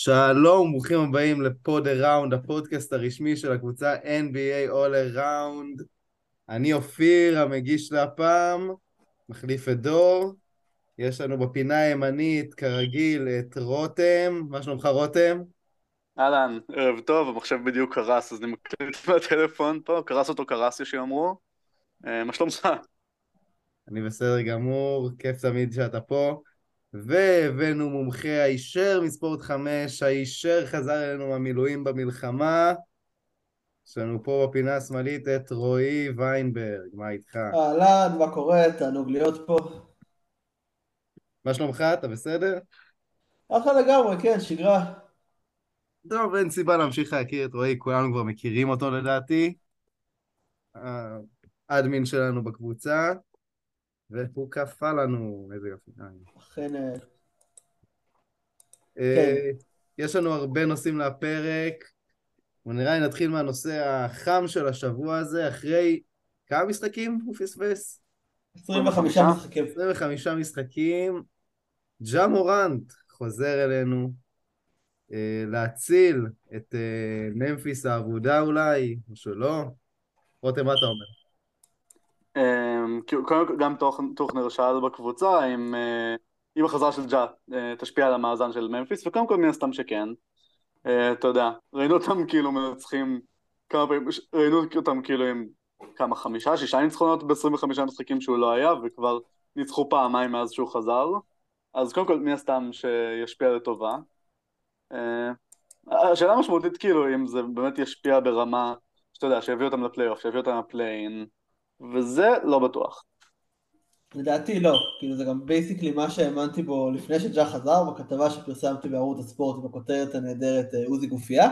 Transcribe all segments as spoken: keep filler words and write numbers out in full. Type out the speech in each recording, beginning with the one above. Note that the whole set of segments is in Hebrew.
שלום, ברוכים הבאים לפוד אראונד, הפודקאסט הרשמי של הקבוצה אן בי איי All Around. אני אופיר, המגיש להפעם, מחליף את דור. יש לנו בפינה הימנית, כרגיל, את רותם. מה שלומך, רותם? אהלן, ערב טוב, המחשב בדיוק קרס, אז אני מקליט מהטלפון פה, קרס אותו קרס, יש שיאמרו. אה, מה שלומך? אני בסדר גמור, כיף תמיד שאתה פה. והבאנו מומחה הישר מספורט חמש, הישר חזר אלינו מהמילואים במלחמה. יש לנו פה בפינה השמאלית את רועי ויינברג, מה איתך? אהלן, מה קורה? תענוג להיות פה. מה שלומך? אתה בסדר? אחלה לגמרי, כן, שגרה. טוב, אין סיבה להמשיך להכיר את רועי, כולנו כבר מכירים אותו לדעתי. האדמין שלנו בקבוצה, והוא קפא לנו, איזה יופי. אה, אכן, אה, כן. אה, יש לנו הרבה נושאים לפרק, ונראה לי נתחיל מהנושא החם של השבוע הזה, אחרי כמה משחקים הוא פספס? עשרים וחמישה משחקים. עשרים וחמישה משחקים, ג'ה מורנט חוזר אלינו, אה, להציל את אה, ממפיס האבודה אולי, או שלא. רותם, מה אתה אומר? אה, קודם כל, גם תוכ- טוכנר שאל בקבוצה אם אה, אם החזרה של ג'ה אה, תשפיע על המאזן של ממפיס, וקודם כל מן הסתם שכן. אה, אתה יודע, ראינו אותם כאילו מנצחים כמה פעמים, ש- ראינו אותם כאילו עם כמה, חמישה, שישה ניצחונות ב-עשרים וחמישה משחקים שהוא לא היה, וכבר ניצחו פעמיים מאז שהוא חזר. אז קודם כל מן הסתם שישפיע לטובה. אה, השאלה המשמעותית כאילו אם זה באמת ישפיע ברמה שאתה יודע, שיביא אותם לפלייאוף, שיביא אותם לפליין, וזה לא בטוח. לדעתי לא, כאילו זה גם בייסיקלי מה שהאמנתי בו לפני שג'ה חזר, בכתבה שפרסמתי בערוץ הספורט בכותרת הנהדרת אה, עוזי גופייה.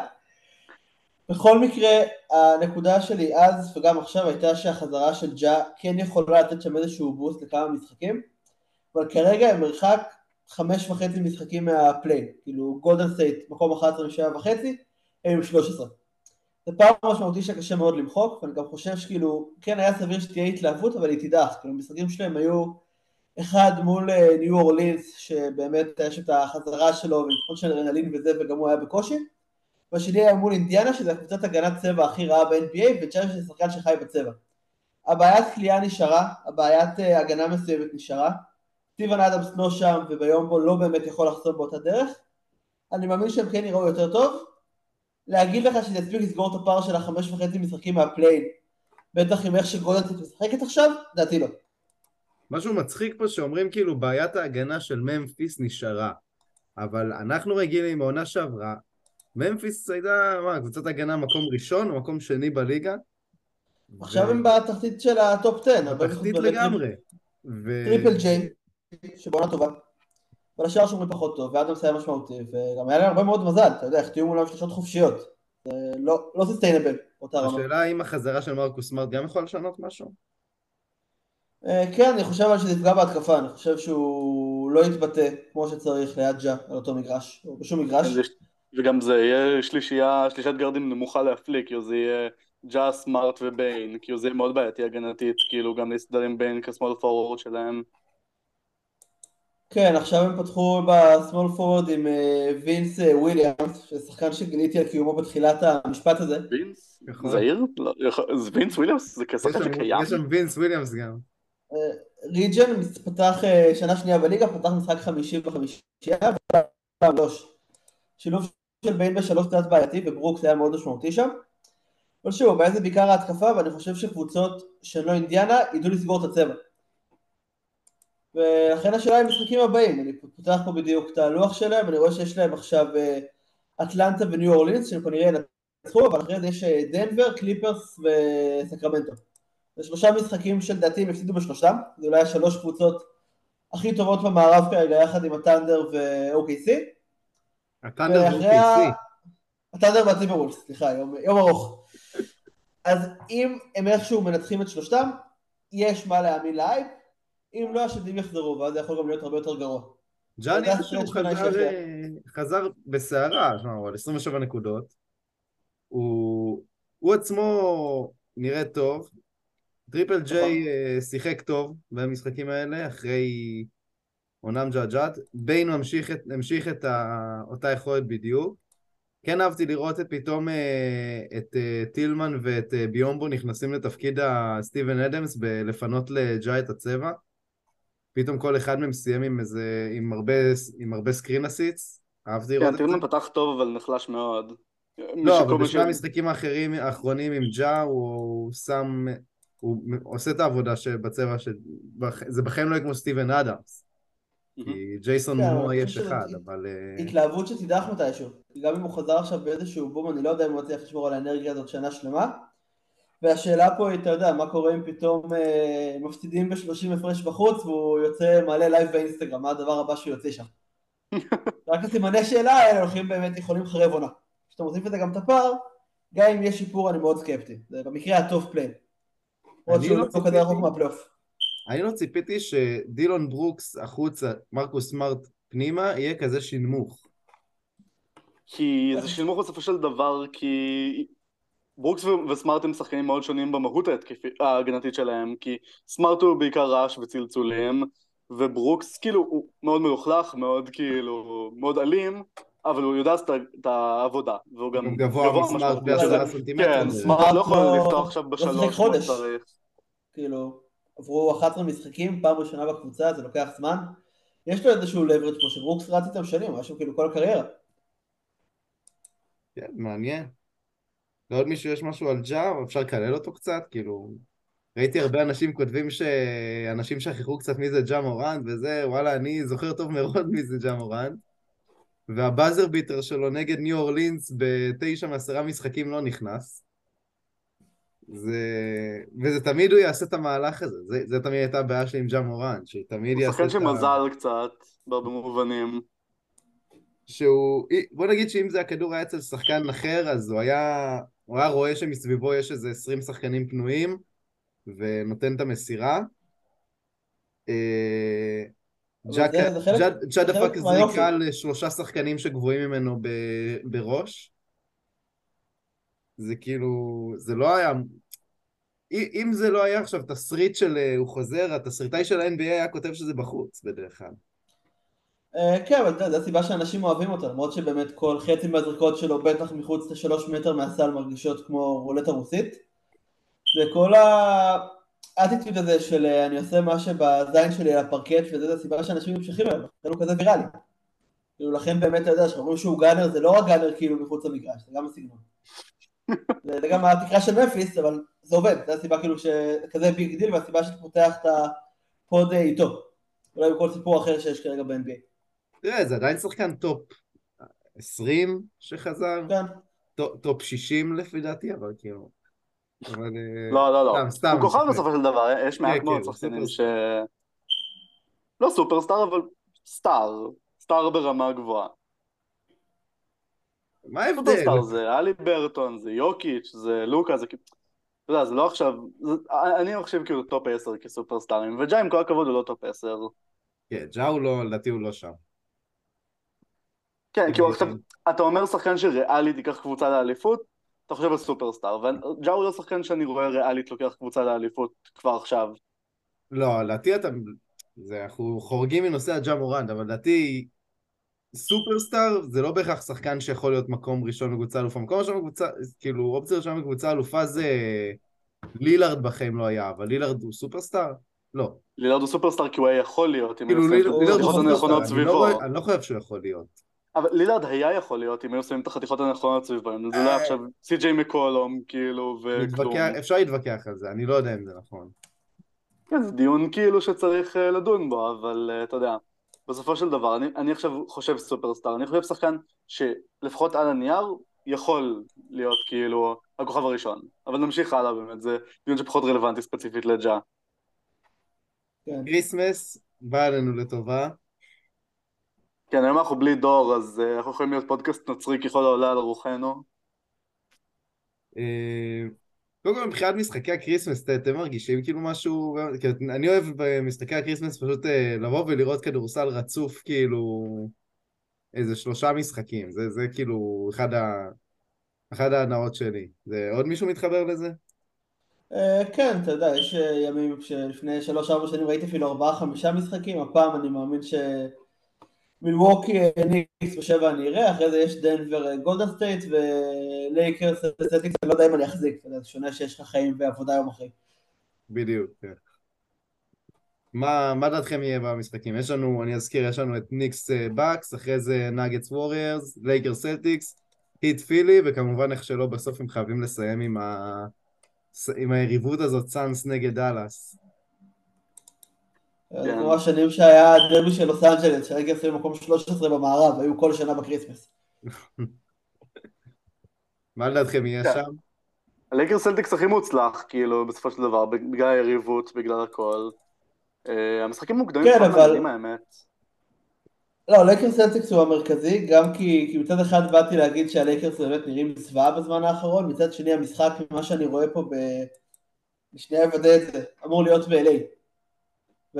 בכל מקרה, הנקודה שלי אז וגם עכשיו הייתה שהחזרה של ג'ה כן יכולה לתת שם איזשהו בוסט לכמה משחקים, אבל כרגע הם מרחק חמש וחצי משחקים מהפליין, כאילו גולדן סטייט מקום אחת עשרה ושבע וחצי, הם עם שלוש עשרה. זה פעם משמעותי שקשה מאוד למחוק, ואני גם חושב שכאילו, כן היה סביר שתהיה התלהבות, אבל היא תידח, כאילו המשחקים שלהם היו אחד מול אה, ניו אורלינס, שבאמת יש את החזרה שלו, ולפחות של רנלין וזה, וגם הוא היה בקושי, והשני היה מול אינדיאנה, שזה הקבוצת הגנת צבע הכי רעה ב-אן בי איי, וצ'ארש זה שחקן שחי בצבע. הבעיית כליאה נשארה, הבעיית אה, הגנה מסוימת נשארה, סטיבן אדמס לא שם, וביום בו לא באמת יכול לחזור באותה דרך, אני מאמין שהם כן יראו יותר טוב, להגיד לך שזה יספיק לסגור את הפער של החמש וחצי משחקים מהפליין, בטח עם איך שגולדנט משחקת עכשיו, דעתי לא. משהו מצחיק פה שאומרים כאילו בעיית ההגנה של ממפיס נשארה, אבל אנחנו רגילים מעונה שעברה, ממפיס הייתה, מה, קבוצת הגנה מקום ראשון או מקום שני בליגה, עכשיו הם בתחתית של הטופ עשר, הרבה בזכות ובתחתית באמת טריפ, לגמרי. ו... טריפל ג'יי, שבעונה טובה, אבל השאר שומרים פחות טוב, ואדם היה משמעותי, וגם היה להם הרבה מאוד מזל, אתה יודע, החטיאו מולם שלושות חופשיות, זה לא, לא סוסטיינבל, אותה רמה. השאלה האם החזרה של מרקוס סמארט גם יכול לשנות משהו? אה, כן, אני חושב על שזה יפגע בהתקפה, אני חושב שהוא לא יתבטא כמו שצריך ליד ג'ה על אותו מגרש, או בשום כן, זה, מגרש. וגם זה יהיה שלישייה, שלישת גרדים נמוכה להפליק, כאילו זה יהיה ג'ה, סמארט וביין, כאילו זה יהיה מאוד בעייתי הגנתית, כאילו גם להסתדר עם ביין כשמאל פורוורד שלהם. כן, עכשיו הם פתחו בסמול פורד עם אה, וינס אה, וויליאמס, ששחקן שגיליתי על קיומו בתחילת המשפט הזה. וינס? נכון. זעיר? לא, יכול- זה וינס וויליאמס? זה יש כשחקן שם, שקיים? יש שם וינס וויליאמס גם. אה, ריג'ן פתח אה, שנה שנייה בליגה, פתח משחק חמישי בחמישייה, ושלוש. שילוב של ביין בשלוש קצת בעייתי, וברוקס היה מאוד משמעותי שם. אבל שוב, הבעיה זה בעיקר ההתקפה, ואני חושב שקבוצות שלא אינדיאנה ידעו לסגור את הצבע. ולכן השאלה היא המשחקים הבאים, אני פותח פה בדיוק את הלוח שלהם, אני רואה שיש להם עכשיו אה, אטלנטה וניו אורלינס, שהם כנראה ינצחו, אבל אחרי זה יש אה, דנבר, קליפרס וסקרמנטו. זה שלושה משחקים שלדעתי הם הפסידו בשלושתם, זה אולי השלוש קבוצות הכי טובות במערב כרגע, יחד עם הטנדר ו-או קיי סי. הטנדר ואחרי ה... ו-או קיי סי. הטנדר והטימברולס, סליחה, יום, יום ארוך. אז אם הם איכשהו מנצחים את שלושתם, יש מה להאמין להייפ, אם לא, השדים יחזרו, ואז זה יכול גם להיות הרבה יותר גרוע. ג'ה זה נראה שהוא הסטרץ' בעיניי חזר, שהכריע. אה, חזר בסערה, שמע, הוא על עשרים ושבע נקודות. הוא, הוא עצמו נראה טוב. טריפל נכון. ג'יי אה, שיחק טוב במשחקים האלה, אחרי עונם ג'אג'אט, ביין ממשיך את, המשיך את ה, אותה יכולת בדיוק. כן אהבתי לראות את פתאום אה, את אה, טילמן ואת אה, ביומבו נכנסים לתפקיד הסטיבן אדמס בלפנות לג'ה את הצבע. פתאום כל אחד מהם סיים עם איזה, עם הרבה, עם הרבה סקרין אסיטס. אהבתי לראות כן, את זה. טילמן פתח טוב אבל נחלש מאוד. מי לא, אבל שכל מי ש... בשני המשחקים האחרים, האחרונים עם ג'ה, הוא שם, הוא עושה את העבודה שבצבע, ש... זה בחיים לא יהיה כמו סטיבן אדמס. מהמם. כי ג'ייסון כן, אבל מומואה אני יש חושב שזאת אחד, אבל... אה, התלהבות שתידח מתישהו. כי גם אם הוא חזר עכשיו באיזשהו בום, אני לא יודע אם הוא מצליח לשמור על האנרגיה הזאת שנה שלמה. והשאלה פה היא, אתה יודע, מה קורה אם פתאום אה, מפסידים ב-שלושים הפרש בחוץ, והוא יוצא מעלה לייב באינסטגרם, מה הדבר הבא שהוא יוצא שם? רק הסימני שאלה האלה הולכים באמת, יכולים לחרב עונה. כשאתה מוסיף את זה גם את הפער, גם אם יש שיפור אני מאוד סקפטי. זה במקרה הטוב פליי. עוד אני שהוא לא לא כזה רחוק ציפיתי, מהפלייאוף. אני לא ציפיתי שדילון ברוקס החוצה, מרקוס סמארט פנימה, יהיה כזה שינמוך. כי זה שילמוך בסופו של דבר, כי ברוקס ו- וסמארט הם שחקנים מאוד שונים במהות ההתקפית- ההגנתית שלהם, כי סמארט הוא בעיקר רעש וצלצולים, וברוקס כאילו הוא מאוד מלוכלך, מאוד כאילו, מאוד אלים, אבל הוא יודע לעשות את העבודה, והוא הוא גם גם גבוה גבוה מסמארט משמעותית. רגע, בעשרה שזה- סנטימטר כן, בערך. סמארט לא יכול לא- לפתוח עכשיו לא שיחק בשלוש כמו חודש. שצריך. כאילו, עברו אחת עשרה משחקים, פעם ראשונה בקבוצה, זה לוקח זמן. יש לו איזשהו לברד פה, שברוקס רץ איתם שנים, משהו כאילו כל הקריירה. כן, מעניין. לעוד מישהו יש משהו על ג'ה, אפשר לקלל אותו קצת, כאילו... ראיתי הרבה אנשים כותבים שאנשים שכחו קצת מי זה ג'ה מורנט וזה, וואלה, אני זוכר טוב מאוד מי זה ג'ה מורנט. והבאזר ביטר שלו נגד ניו אורלינס בתשע מעשרה משחקים לא נכנס. זה... וזה תמיד הוא יעשה את המהלך הזה, זה, זה תמיד הייתה הבעיה שלי עם ג'ה מורנט, שהוא תמיד הוא יעשה שחקן את ה... שמזל קצת, בהרבה מובנים. שהוא... בוא נגיד שאם זה הכדור היה אצל שחקן אחר, אז הוא היה... הוא היה רואה שמסביבו יש איזה עשרים שחקנים פנויים, ונותן את המסירה. אה, אבל זה, זה חלק, ג'ה זה דפק חלק מהיופי. זריקה לשלושה שחקנים שגבוהים ממנו ב- בראש. זה כאילו, זה לא היה... אם זה לא היה עכשיו תסריט של אה, הוא חוזר, התסריטאי של ה-אן בי איי היה כותב שזה בחוץ בדרך כלל. אה, כן, אבל אתה יודע, זו הסיבה שאנשים אוהבים אותו, למרות שבאמת כל חצי מהזריקות שלו, בטח מחוץ לשלוש מטר מהסל, מרגישות כמו רולטה רוסית. וכל האטיטיוד הזה של אה, אני עושה מה שבזין שלי על הפרקט, וזה הסיבה שאנשים ממשיכים אליו, לכן הוא כזה ויראלי. כאילו לכן באמת אתה יודע, שאומרים שהוא גאנר, זה לא רק גאנר כאילו מחוץ למגרש, זה גם הסגנון. זה זה גם התקרה של מפיס, אבל זה עובד, זו הסיבה כאילו שכזה ביג דיל, והסיבה שאתה פותח את הפוד אה, איתו. אולי בכל סיפור אחר שיש כרגע ב-אן בי איי. תראה, זה עדיין שחקן טופ עשרים שחזר, כן. טופ- טופ שישים לפי דעתי, אבל כאילו... אבל... אה, לא, לא, לא. סתם, סתם, הוא כוכב משחק. בסופו של דבר, יש כן, מעט כן, מאוד הוא שחקנים ש... סופרסטאר. לא סופרסטאר, אבל סטאר. סטאר ברמה גבוהה. מה ההבדל? סופרסטאר זה אלי ברטון, זה יוקיץ', זה לוקה, זה כאילו... אתה יודע, זה לא עכשיו... זה... אני מחשיב כאילו טופ עשר כסופרסטארים, וג'ה עם כל הכבוד הוא לא טופ עשר. כן, ג'ה הוא לא, לדעתי הוא לא שם. כן, כאילו עכשיו, אה, אתה אומר שחקן שריאלית ייקח קבוצה לאליפות, אתה חושב על סופרסטאר, וג'ה הוא לא שחקן שאני רואה ריאלית לוקח קבוצה לאליפות כבר עכשיו. לא, לדעתי אתה... זה, אנחנו חורגים מנושא הג'ה מורנט, אבל לדעתי סופרסטאר זה לא בהכרח שחקן שיכול להיות מקום ראשון בקבוצה אלופה. מקום ראשון בקבוצה, כאילו אופציה ראשונה בקבוצה אלופה זה לילארד בחיים לא היה, אבל לילארד הוא סופרסטאר? לא. לילארד הוא סופרסטאר כי הוא היה יכול להיות, אם היו כאילו שמים את ליל- הוא- לילארד הוא החתיכות הוא סופרסטאר, הנכונות אני לא רואה- סביבו. אני לא חושב שהוא יכול להיות. אבל לילארד היה יכול להיות אם היו שמים את החתיכות הנכונות סביבו, אם זה לא היה עכשיו סי.ג'יי מקולום, כאילו, וכלום. נתווכח- אפשר להתווכח על זה, אני לא יודע אם זה נכון. כן, זה דיון כאילו שצריך אה, לדון בו, אבל אה, אתה יודע, בסופו של דבר, אני, אני עכשיו חושב סופרסטאר, אני חושב שחקן שלפחות על הנייר יכול להיות כאילו הכוכב הראשון, אבל נמשיך הלאה באמת, זה דיון שפחות רלוונטי ספציפית לג'ה. כן. כריסמס בא עלינו לטובה. כן, היום אנחנו בלי דור, אז אה, אנחנו יכולים להיות פודקאסט נוצרי ככל העולה על רוחנו. אה, קודם כל מבחינת משחקי הקריסמס, ת- אתם מרגישים כאילו משהו, כאילו, אני אוהב במשחקי הקריסמס פשוט אה, לבוא ולראות כדורסל רצוף כאילו איזה שלושה משחקים, זה, זה כאילו אחד, ה, אחד ההנאות שלי. זה, עוד מישהו מתחבר לזה? אה, כן, אתה יודע, יש אה, ימים שלפני שלוש ארבע שנים ראיתי אפילו ארבעה חמישה משחקים, הפעם אני מאמין שמילווקי אה, ניקס בשבע אני אראה, אחרי זה יש דנבר אה, גולדן סטייט ולייקרס סלטיקס, אני לא יודע אם אני אחזיק, אתה יודע, זה שונה שיש לך חיים ועבודה יום אחרי. בדיוק, כן. מה, מה דעתכם יהיה במשחקים? יש לנו, אני אזכיר, יש לנו את ניקס בקס, אחרי זה נאגטס ווריורס, לייקר סלטיקס, היט פילי, וכמובן איך שלא, בסוף הם חייבים לסיים עם, ה... עם היריבות הזאת, סאנס נגד דאלאס. אה, זה כן. כמו השנים שהיה הדרבי של לוס אנג'לס, שהלייקרס היו מקום שלוש עשרה במערב, היו כל שנה בקריסמס. מה לדעתכם יהיה כן. שם? הלייקר סלטיקס הכי מוצלח, כאילו, בסופו של דבר, בגלל היריבות, בגלל הכל. אה, המשחקים מוקדמים כן, פחות מעניינים, אבל האמת. לא, לייקרס סלטיקס הוא המרכזי, גם כי, כי מצד אחד באתי להגיד שהלייקרס באמת נראים זוועה בזמן האחרון, מצד שני המשחק, ממה שאני רואה פה, ב... בשנייה אוודא את זה, אמור להיות ב-אל איי. ו...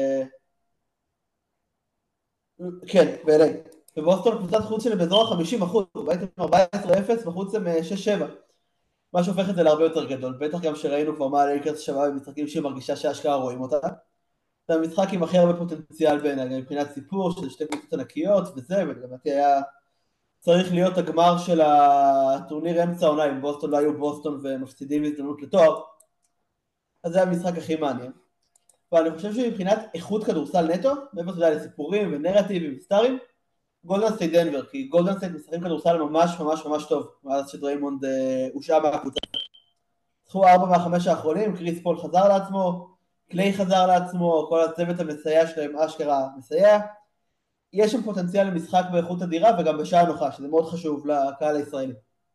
כן, ב-אל איי. ובוסטון קבוצת חוץ שלי באזור ה-חמישים אחוז, ראיתם ארבע עשרה אפס, בחוץ הם שש שבע. מה שהופך את זה להרבה יותר גדול, בטח גם שראינו כבר מה הלייקרס שווה במשחקים שהיא מרגישה שההשקעה רואים אותה. זה המשחק עם הכי הרבה פוטנציאל בעיניי, מבחינת סיפור, שזה שתי קבוצות ענקיות וזה, ולדעתי היה צריך להיות הגמר של הטורניר אמצע העונה, אם בוסטון לא היו בוסטון ומפסידים הזדמנות לתואר, אז זה המשחק הכי מעניין. ואני חושב שמבחינת איכות כדורסל נטו, מעבר לזה לסיפורים ונרטיבים וסטארים, גולדן סטייט דנבר, כי גולדן סטייט משחקים כדורסל ממש ממש ממש טוב, מאז שדריימונד אה, הושעה מהקבוצה. זכו ארבע מהחמש האחרונים, קריס פול חזר לעצמו, קליי חזר לעצמו, כל הצוות המסייע שלהם אשכרה מסייע. יש שם פוטנציאל למשחק באיכות אדירה וגם בשעה נוחה, שזה מאוד חשוב לקהל הישראלי.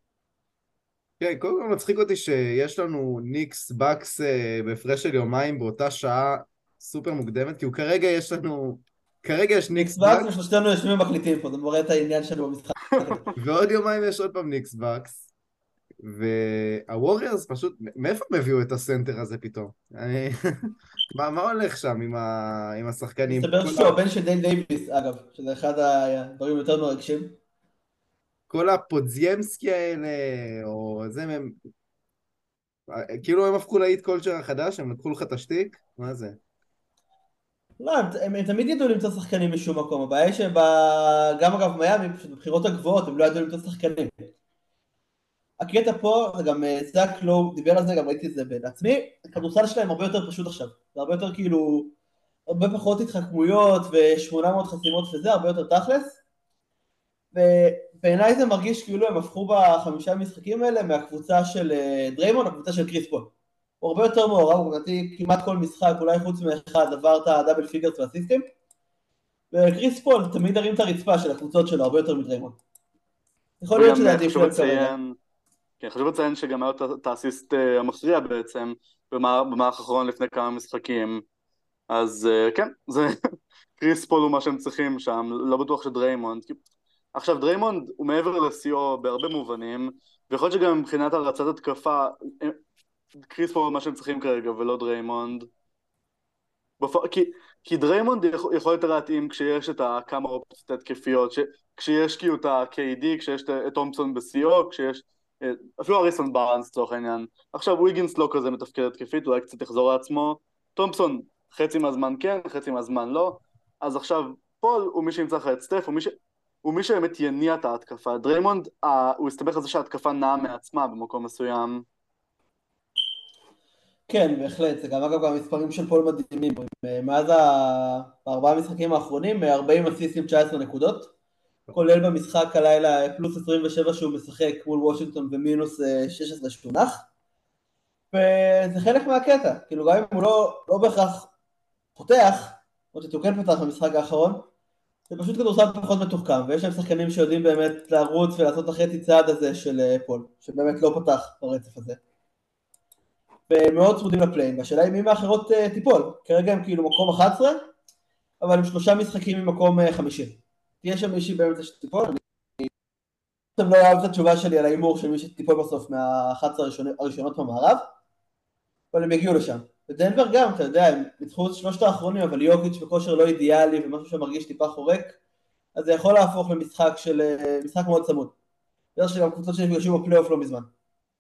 כן, קודם כל מצחיק אותי שיש לנו ניקס בקס אה, בהפרש של יומיים באותה שעה סופר מוקדמת, כי הוא כרגע יש לנו, כרגע יש ניקס ניקס בקס בקס, ושלושתנו יושבים ומקליטים פה, זה מראה את העניין שלנו במשחק. ועוד יומיים יש עוד פעם ניקס בקס, והווריורס פשוט, מאיפה הם הביאו את הסנטר הזה פתאום? אני... מה, מה הולך שם עם, ה... עם השחקנים? מסתבר כל, שהוא ה... הבן של דיין דייביס, אגב, שזה אחד הדברים יותר מרגשים. כל הפודזיימסקי האלה, או זה, הם... כאילו הם הפכו לאיט קולצ'ר החדש, הם לקחו לך את השטיק? מה זה? לא, הם, הם, הם תמיד ידעו למצוא שחקנים משום מקום, הבעיה היא שגם אגב מיאמי, פשוט בבחירות הגבוהות הם לא ידעו למצוא שחקנים. הקטע פה, וגם אה, זאק לא דיבר על זה, גם ראיתי את זה בעצמי, הכדורסל שלהם הרבה יותר פשוט עכשיו, זה הרבה יותר כאילו, הרבה פחות התחכמויות ו-שמונה מאות חסימות וזה, הרבה יותר תכלס, ובעיניי זה מרגיש כאילו הם הפכו בחמישה המשחקים האלה מהקבוצה של אה, דריימון, הקבוצה של קריס פול. הוא הרבה יותר מעורב, הוא לדעתי כמעט כל משחק, אולי חוץ מאחד, עבר את הדאבל פיגרס והסיסטים, וקריס פול תמיד הרים את הרצפה של הקבוצות שלו, הרבה יותר מדריימון. יכול להיות שזה וגם עדיף חשוב להם כרגע. לציין, כן, חשוב לציין שגם היה את האסיסט אה, המכריע בעצם במהלך האחרון לפני כמה משחקים, אז אה, כן, זה קריס פול הוא מה שהם צריכים שם, לא בטוח שדריימונד. עכשיו דריימונד הוא מעבר לסיוע בהרבה מובנים, ויכול להיות שגם מבחינת הרצת התקפה, אה, קריס פול הוא מה שהם צריכים כרגע ולא דריימונד. בפ... כי, כי דריימונד יכול, יכול יותר להתאים כשיש את הכמה אופציות התקפיות, ש... כשיש כאילו את ה-קיי די, כשיש את תומפסון בסיוע, כשיש אפילו אריסון בארנס לצורך העניין. עכשיו וויגינס לא כזה מתפקד התקפית, אולי קצת יחזור לעצמו. תומפסון חצי מהזמן כן, חצי מהזמן לא. אז עכשיו פול הוא מי שימצא לך את סטף, הוא מי, ש... הוא מי שבאמת יניע את ההתקפה. דריימונד אה, הוא הסתבך על זה שההתקפה נעה מעצמה במקום מסוים. כן, בהחלט, זה גם אגב גם המספרים של פול מדהימים, מאז הארבעה המשחקים האחרונים, ארבעים אסיסטים, תשע עשרה נקודות, כולל במשחק הלילה פלוס עשרים ושבע שהוא משחק מול וושינגטון ומינוס שש עשרה שהוא נח, וזה חלק מהקטע, כאילו גם אם הוא לא, לא בהכרח פותח, או שהוא כן פתח במשחק האחרון, זה פשוט כדורסל פחות מתוחכם, ויש להם שחקנים שיודעים באמת לרוץ ולעשות החצי צעד הזה של פול, שבאמת לא פתח ברצף הזה. ומאוד צמודים לפליין, והשאלה היא מי מהאחרות uh, תיפול, כרגע הם כאילו מקום אחת עשרה, אבל הם שלושה משחקים ממקום uh, חמישים. תהיה שם מישהי באמצע שתיפול, אני אתם לא אוהב את התשובה שלי על האימור של מי שתיפול בסוף מה-אחת עשרה הראשונות, הראשונות במערב, אבל הם יגיעו לשם. ודנבר גם, אתה יודע, הם ניצחו את שלושת האחרונים, אבל יוקיץ' בכושר לא אידיאלי, ומשהו שמרגיש טיפה חורק, אז זה יכול להפוך למשחק של, uh, משחק מאוד צמוד. בגלל שגם קבוצות שנפגשו בפלייאוף לא מזמן.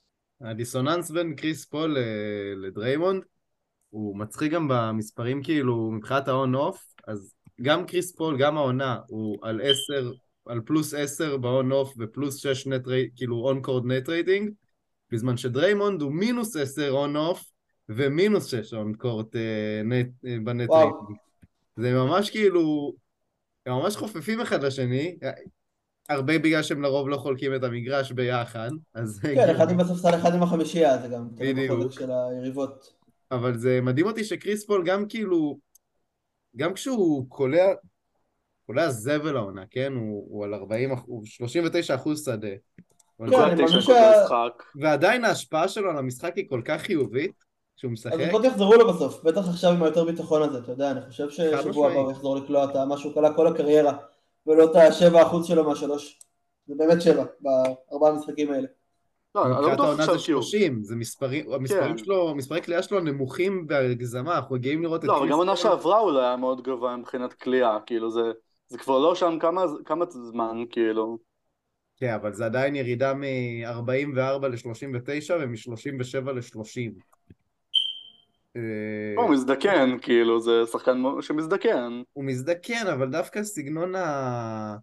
הדיסוננס בין קריס פול ל- לדריימונד, הוא מצחיק גם במספרים כאילו מבחינת ההון-אוף, אז גם קריס פול, גם העונה, הוא על עשר, על פלוס עשר בהון-אוף ופלוס שש נט רייט, כאילו און-קורד נט רייטינג, בזמן שדריימונד הוא מינוס עשר און-אוף ומינוס שש און-קורד נט בנט וואו. רייטינג. זה ממש כאילו, הם ממש חופפים אחד לשני, הרבה בגלל שהם לרוב לא חולקים את המגרש ביחד, אז זה כן, אחד עם הגיוני, בספסל, אחד עם החמישייה, זה גם תלוי בחוזק בדיוק. של היריבות. אבל זה מדהים אותי שקריס פול גם כאילו, גם כשהוא קולע, קולע זבל העונה, כן? הוא, הוא על ארבעים, הוא שלושים ותשע אחוז שדה. אבל כן, זה, כל אני מאמין התשע שה... נקודות במשחק. ועדיין ההשפעה שלו על המשחק היא כל כך חיובית, כשהוא אז משחק, לפחות יחזרו לו בסוף, בטח עכשיו עם היותר ביטחון הזה, אתה יודע, אני חושב חד ששבוע הבא הוא משמעית. יחזור לקלוע את מה שהוא קלע כל הקריירה, ולא את ה-שבע אחוז שלו מהשלוש. זה באמת שבע, בארבעה המשחקים האלה. לא, אני לא ומבחינת בטוח העונה זה עכשיו, כאילו, שלושים, זה מספרים, המספרים כן. שלו, מספרי קליעה שלו נמוכים בהגזמה, אנחנו מגיעים לראות את לא, אבל גם קריס עונה פול. שעברה אולי היה מאוד גבוה מבחינת קליעה, כאילו זה, זה כבר לא שם כמה, כמה זמן, כאילו. כן, אבל זה עדיין ירידה מ-ארבעים וארבע ל-שלושים ותשע ומ-שלושים ושבע ל-שלושים. הוא מזדקן, כאילו, זה שחקן שמזדקן. הוא מזדקן, אבל דווקא סגנון ה...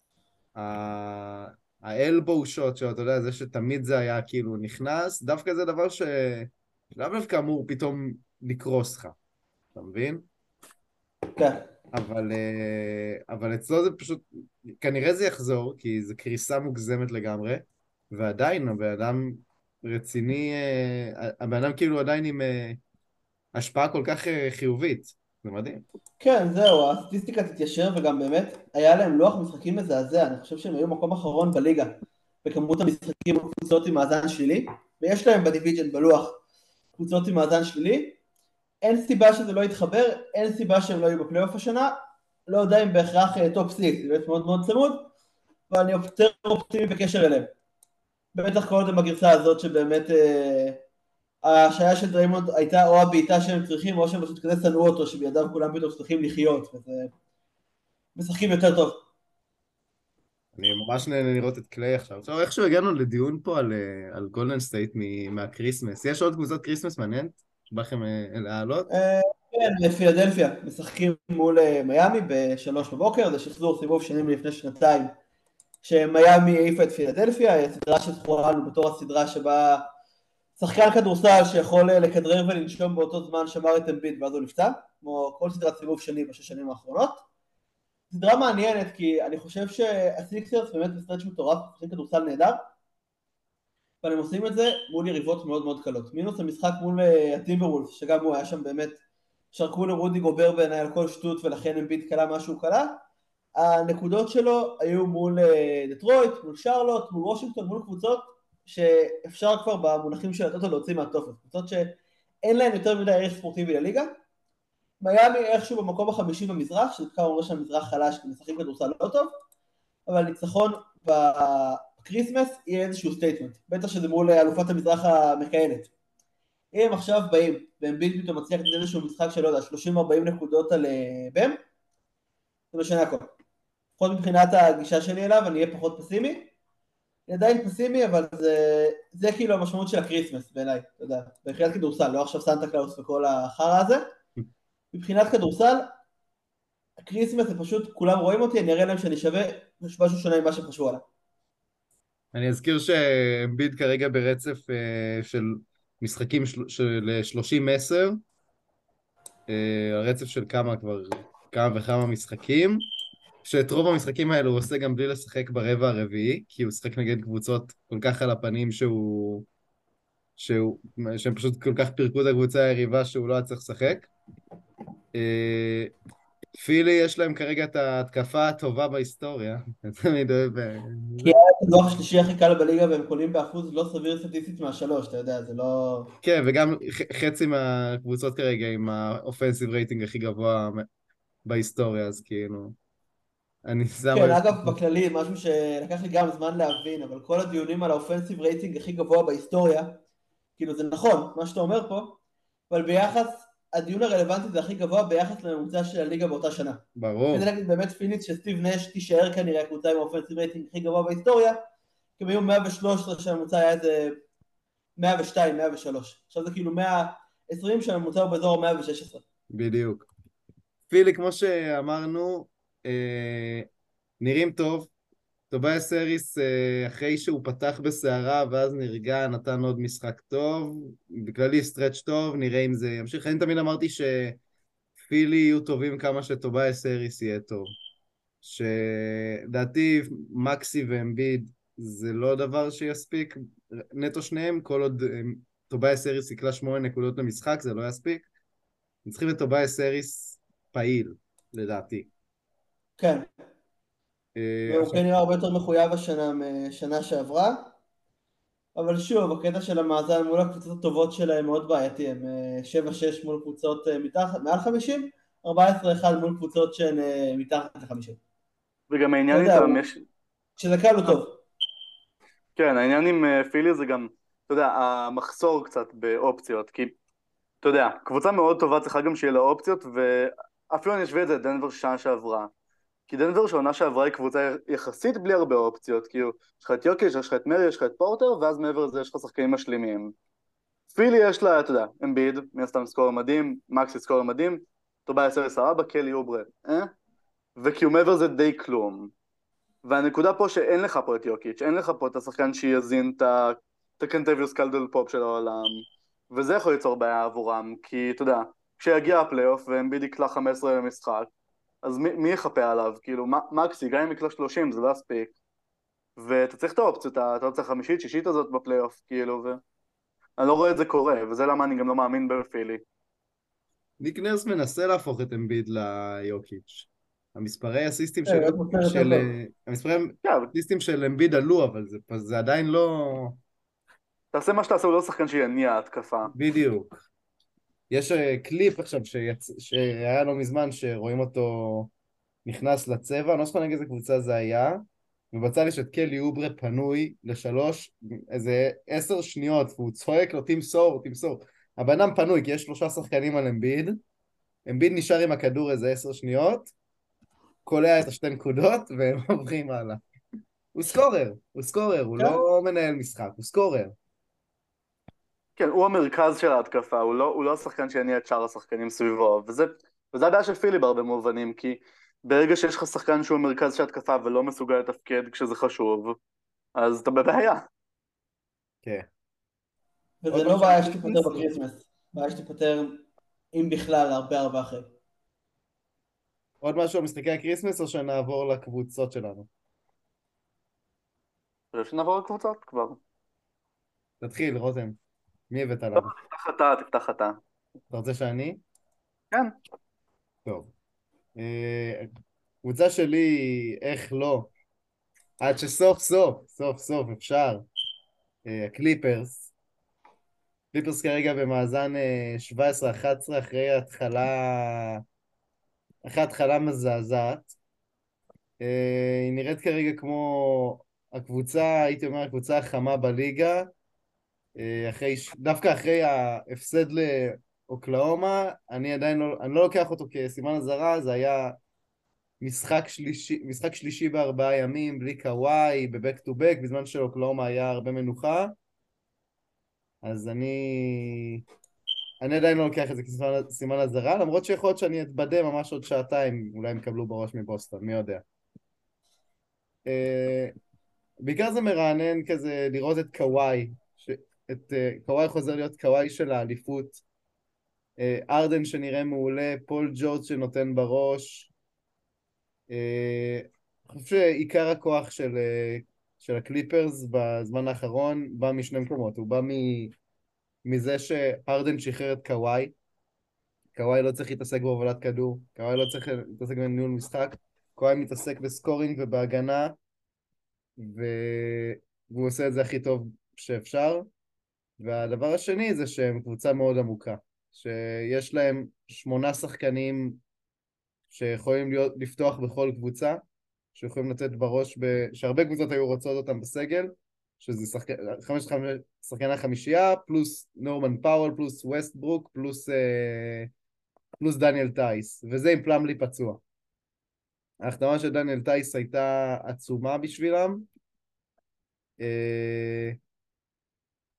ה... האלבו שוט שלו, אתה יודע, זה שתמיד זה היה כאילו נכנס, דווקא זה דבר ש... לאו דווקא אמור פתאום לקרוס לך, אתה מבין? כן. אבל, אה, אבל אצלו זה פשוט, כנראה זה יחזור, כי זו קריסה מוגזמת לגמרי, ועדיין הבן אדם רציני, אה, הבן אדם כאילו עדיין עם אה, השפעה כל כך אה, חיובית, זה מדהים. כן, זהו, הסטטיסטיקה תתיישר, וגם באמת, היה להם לוח משחקים מזעזע, אני חושב שהם היו מקום אחרון בליגה, בכמות המשחקים הקבוצות עם מאזן שלילי, ויש להם בדיוויז'ן בלוח קבוצות עם מאזן שלילי, אין סיבה שזה לא יתחבר, אין סיבה שהם לא יהיו בפלייאוף השנה, לא יודע אם בהכרח טופ סיקס, זה באמת מאוד מאוד צמוד, אבל אני יותר אופטימי בקשר אליהם. בטח כל עוד בגרסה הזאת שבאמת אה, ההשעיה של דריימונד הייתה או הבעיטה שהם צריכים, או שהם פשוט כזה שנאו אותו, שבידיו כולם פתאום צריכים לחיות, וזה משחקים יותר טוב. אני ממש נהנה לראות את קליי עכשיו. עכשיו, איכשהו הגענו לדיון פה על, אה, על גולדן סטייט מהקריסמס. יש עוד קבוצת קריסמס מעניינת? שבא לכם אה, להעלות? אה, כן, פילדלפיה, משחקים מול אה, מיאמי בשלוש בבוקר, זה שחזור סיבוב שני מלפני שנתיים, שמיאמי העיפה את פילדלפיה, סדרה שזכורה לנו בתור הסדרה שבה שחקן כדורסל שיכול לכדרר ולנשום באותו זמן שמר את אמביד ואז הוא נפצע, כמו כל סדרת סיבוב שני בשש שנים האחרונות. סדרה מעניינת כי אני חושב שהסיקסרס באמת בסטרץ' מטורף, משחקים כדורסל נהדר, אבל הם עושים את זה מול יריבות מאוד מאוד קלות. מינוס המשחק מול הטימברולס, שגם הוא היה שם באמת, שרקו לרודי גובר בעיניי על כל שטות ולכן אמביד קלה מה שהוא קלה. הנקודות שלו היו מול דטרויט, מול שרלוט, מול וושינגטון, מול קבוצות שאפשר כבר במונחים של הטוטו להוציא מהטופס, קבוצות שאין להן יותר מדי ערך ספורטיבי לליגה. מיאמי איכשהו במקום החמישי במזרח, שכבר אומר שהמזרח חלש כי משחקים כדורסל לא טוב, אבל ניצחון בקריסמס יהיה איזשהו סטייטמנט, בטח שזה מול אלופת המזרח המכהנת. אם הם עכשיו באים, והם ביט פתאום מצליח לתת איזשהו משחק שלא יודע, שלושים ארבעים נקודות על בם, זה משנה הכל. לפחות מבחינת הגישה שלי אליו, אני אהיה פחות פסימי, אני עדיין פסימי, אבל זה, זה כאילו המשמעות של הקריסמס בעיניי, אתה יודע, מבחינת כדורסל, לא עכשיו סנטה קלאוס וכל החרא הזה, מבחינת כדורסל, הקריסמס זה פשוט, כולם רואים אותי, אני אראה להם שאני שווה משהו שונה ממה שהם חשבו עליו. אני אזכיר שאמביד כרגע ברצף uh, של משחקים של, של שלושים עשר, uh, הרצף של כמה כבר, כמה וכמה משחקים, שאת רוב המשחקים האלו הוא עושה גם בלי לשחק ברבע הרביעי, כי הוא שחק נגד קבוצות כל כך על הפנים שהוא, שהוא, שהם פשוט כל כך פירקו את הקבוצה היריבה שהוא לא היה צריך לשחק. Uh, פילי יש להם כרגע את ההתקפה הטובה בהיסטוריה, אני תמיד אוהב... כי היה את הדוח השלישי הכי קל בליגה והם קולים באחוז לא סביר סטטיסטית מהשלוש, אתה יודע, זה לא... כן, וגם חצי מהקבוצות כרגע עם האופנסיב רייטינג הכי גבוה בהיסטוריה, אז כאילו... אני שם... כן, אגב, בכללי, משהו שלקח לי גם זמן להבין, אבל כל הדיונים על האופנסיב רייטינג הכי גבוה בהיסטוריה, כאילו זה נכון, מה שאתה אומר פה, אבל ביחס, הדיון הרלוונטי זה הכי גבוה ביחס לממוצע של הליגה באותה שנה. ברור. כדי להגיד באמת פיניקס שסטיב נש תישאר כנראה הקבוצה עם האופנסיב רייטינג הכי גבוה בהיסטוריה, כי הם היו מאה ושלוש עשרה שהממוצע היה איזה מאה ושתיים, מאה ושלוש. עכשיו זה כאילו מאה ועשרים שהממוצע הוא באזור מאה ושש עשרה. בדיוק. פילי, כמו שאמרנו, אה, נראים טוב. טובייס האריס, אה, אחרי שהוא פתח בסערה ואז נרגע, נתן עוד משחק טוב. בכללי סטרץ' טוב, נראה אם זה ימשיך. אני תמיד אמרתי שפילי יהיו טובים כמה שטובייס האריס יהיה טוב. שדעתי מקסי ואמביד זה לא דבר שיספיק נטו שניהם, כל עוד אה, טובייס האריס יקלה שמונה נקודות למשחק, זה לא יספיק. צריכים את טובייס האריס פעיל, לדעתי. כן, אה, והוא עכשיו, כן נראה הרבה יותר מחויב השנה משנה שעברה, אבל שוב, הקטע של המאזן מול הקבוצות הטובות שלהם מאוד בעייתי, הם אה, שבע שש מול קבוצות אה, מתחת, מעל חמישים, ארבע עשרה אחד מול קבוצות שהן אה, מתחת ל-חמישים. וגם אתה העניין יודע, איתם, הוא- יש... כשזה קל הוא אה, טוב. כן, העניין עם אה, פילי זה גם, אתה יודע, המחסור קצת באופציות, כי, אתה יודע, קבוצה מאוד טובה צריכה גם שיהיה לה אופציות, ואפילו אני אשווה את זה לדנבר שנה שעברה. כי דנבר שעונה שעברה היא קבוצה יחסית בלי הרבה אופציות, כאילו, יש לך את יוקיץ', יש לך את מרי, יש לך את פורטר, ואז מעבר לזה יש לך שחקנים משלימים. פילי יש לה, אתה יודע, אמביד, מן הסתם סקורר מדהים, מקסי סקורר מדהים, טובייס האריס סבבה, קלי אוברה, אה? וכאילו מעבר זה די כלום. והנקודה פה שאין לך פה את יוקיץ', אין לך פה את השחקן שיזין את ה- את הקנטביוס קלדל פופ של העולם, וזה יכול ליצור בעיה עבורם, כי אתה יודע, כשיגיע הפלייאוף ואמביד יקלע חמש עשרה למשחק, אז מי, מי יחפה עליו? כאילו, מ- מקסי, גם אם יקלע שלושים, זה לא יספיק. ואתה צריך את האופציות, אתה אתה רוצה חמישית, שישית הזאת בפלייאוף, כאילו, ואני לא רואה את זה קורה, וזה למה אני גם לא מאמין בפילי. ניק נרס מנסה להפוך את אמביד ליוקיץ'. המספרי הסיסטים כן, של להיות מוצא יותר של, טוב. אה, המספרי כן, אבל הסיסטים של אמביד עלו, אבל זה, זה עדיין לא תעשה מה שתעשה, הוא לא שחקן שיניע התקפה. בדיוק. יש אה, קליפ עכשיו שיצ... שהיה לא מזמן שרואים אותו נכנס לצבע, אני לא זוכר נגד איזה קבוצה זה היה, ובצד יש את קלי אוברה פנוי לשלוש, איזה עשר שניות, והוא צועק לו תמסור, תמסור. הבן אדם פנוי כי יש שלושה שחקנים על אמביד, אמביד נשאר עם הכדור איזה עשר שניות, קולע את השתי נקודות והם עוברים הלאה. הוא סקורר, הוא סקורר, הוא כן, לא מנהל משחק, הוא סקורר. כן, הוא המרכז של ההתקפה, הוא לא, הוא לא השחקן שיניע את שאר השחקנים סביבו, וזה, וזה הבעיה של פילי בהרבה מובנים, כי ברגע שיש לך שחקן שהוא המרכז של ההתקפה ולא מסוגל לתפקד כשזה חשוב, אז אתה בבעיה. כן. וזה עוד לא משהו על בעיה שתיפתר קריסמס? בקריסמס, בעיה שתיפתר, אם בכלל, הרבה הרבה אחרי. עוד משהו על משחקי הקריסמס או שנעבור לקבוצות שלנו? אני חושב שנעבור לקבוצות כבר. תתחיל, רותם. מי הבאת טוב, לנו? תפתח אתה, תפתח אתה. אתה רוצה שאני? כן. טוב. אה, קבוצה שלי, איך לא? עד שסוף סוף, סוף סוף אפשר. אה, הקליפרס. קליפרס כרגע במאזן אה, שבע עשרה אחת עשרה אחרי התחלה, אחרי התחלה מזעזעת. אה, היא נראית כרגע כמו הקבוצה, הייתי אומר, הקבוצה החמה בליגה. אה, אחרי, דווקא אחרי ההפסד לאוקלאומה, אני עדיין לא, אני לא לוקח אותו כסימן אזהרה, זה היה משחק שלישי, משחק שלישי בארבעה ימים, בלי קוואי, בבק טו בק, בזמן שאוקלאומה היה הרבה מנוחה, אז אני... אני עדיין לא לוקח את זה כסימן אזהרה, למרות שיכול להיות שאני אתבדה ממש עוד שעתיים, אולי הם יקבלו בראש מבוסטון, מי יודע. אה, בעיקר זה מרענן כזה לראות את קוואי, ש... את uh, קוואי חוזר להיות קוואי של האליפות, uh, ארדן שנראה מעולה, פול ג'ורג' שנותן בראש. uh, אני חושב שעיקר הכוח של, uh, של הקליפרס בזמן האחרון בא משני מקומות, הוא בא מ... מזה שארדן שחרר את קוואי, קוואי לא צריך להתעסק בהובלת כדור, קוואי לא צריך להתעסק בניהול משחק, קוואי מתעסק בסקורינג ובהגנה, ו... והוא עושה את זה הכי טוב שאפשר. והדבר השני זה שהם קבוצה מאוד עמוקה, שיש להם שמונה שחקנים שיכולים להיות, לפתוח בכל קבוצה, שיכולים לתת בראש, ב... שהרבה קבוצות היו רוצות אותם בסגל, שזה שחק... חמש, חמש, שחקני החמישייה, פלוס נורמן פאוול, פלוס ווסט ברוק, פלוס, אה... פלוס דניאל טייס, וזה עם פלמלי פצוע. ההחתמה של דניאל טייס הייתה עצומה בשבילם, אה...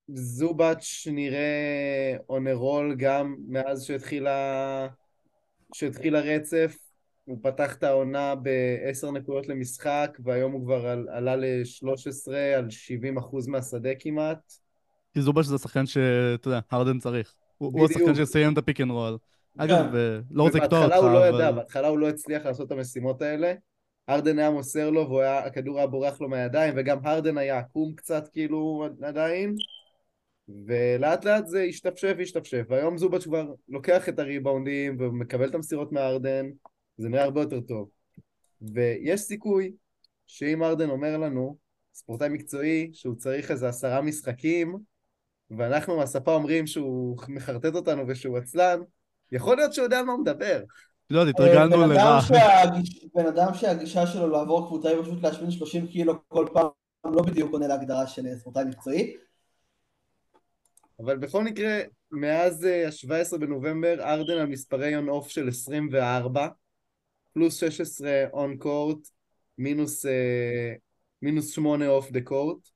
זובץ' נראה אונרול גם מאז שהתחילה, שהתחיל הרצף. הוא פתח את העונה בעשר נקודות למשחק, והיום הוא כבר על, עלה ל-שלוש עשרה על שבעים אחוז מהשדה כמעט. כי זובש זה השחקן שאתה יודע, הרדן צריך. הוא, הוא השחקן בדיוק. שיסיים את הפיק אנד רול. כן. אגב, אה, לא רוצה לקטוע ובהתחלה אותך, הוא לא ידע, אבל... בהתחלה הוא לא הצליח לעשות את המשימות האלה. הרדן היה מוסר לו, והכדור היה בורח לו מהידיים, וגם הרדן היה עקום קצת כאילו עדיין. ולאט לאט זה השתפשף והשתפשף, והיום זובץ' כבר לוקח את הריבאונדים ומקבל את המסירות מהארדן, זה נראה הרבה יותר טוב. ויש סיכוי שאם ארדן אומר לנו, ספורטאי מקצועי, שהוא צריך איזה עשרה משחקים, ואנחנו מהספה אומרים שהוא מחרטט אותנו ושהוא עצלן, יכול להיות שהוא יודע על מה הוא מדבר. לא יודע, בן התרגלנו אדם לרע. שהגיש- בן אדם שהגישה שלו לעבור קבוצה היא פשוט להשמין שלושים קילו כל פעם, לא בדיוק עונה להגדרה של ספורטאי מקצועי. אבל בכל מקרה, מאז ה-שבעה עשר בנובמבר, ארדן על מספרי און אוף של עשרים וארבע, פלוס שש עשרה און קורט, מינוס, אה, מינוס שמונה אוף דה קורט.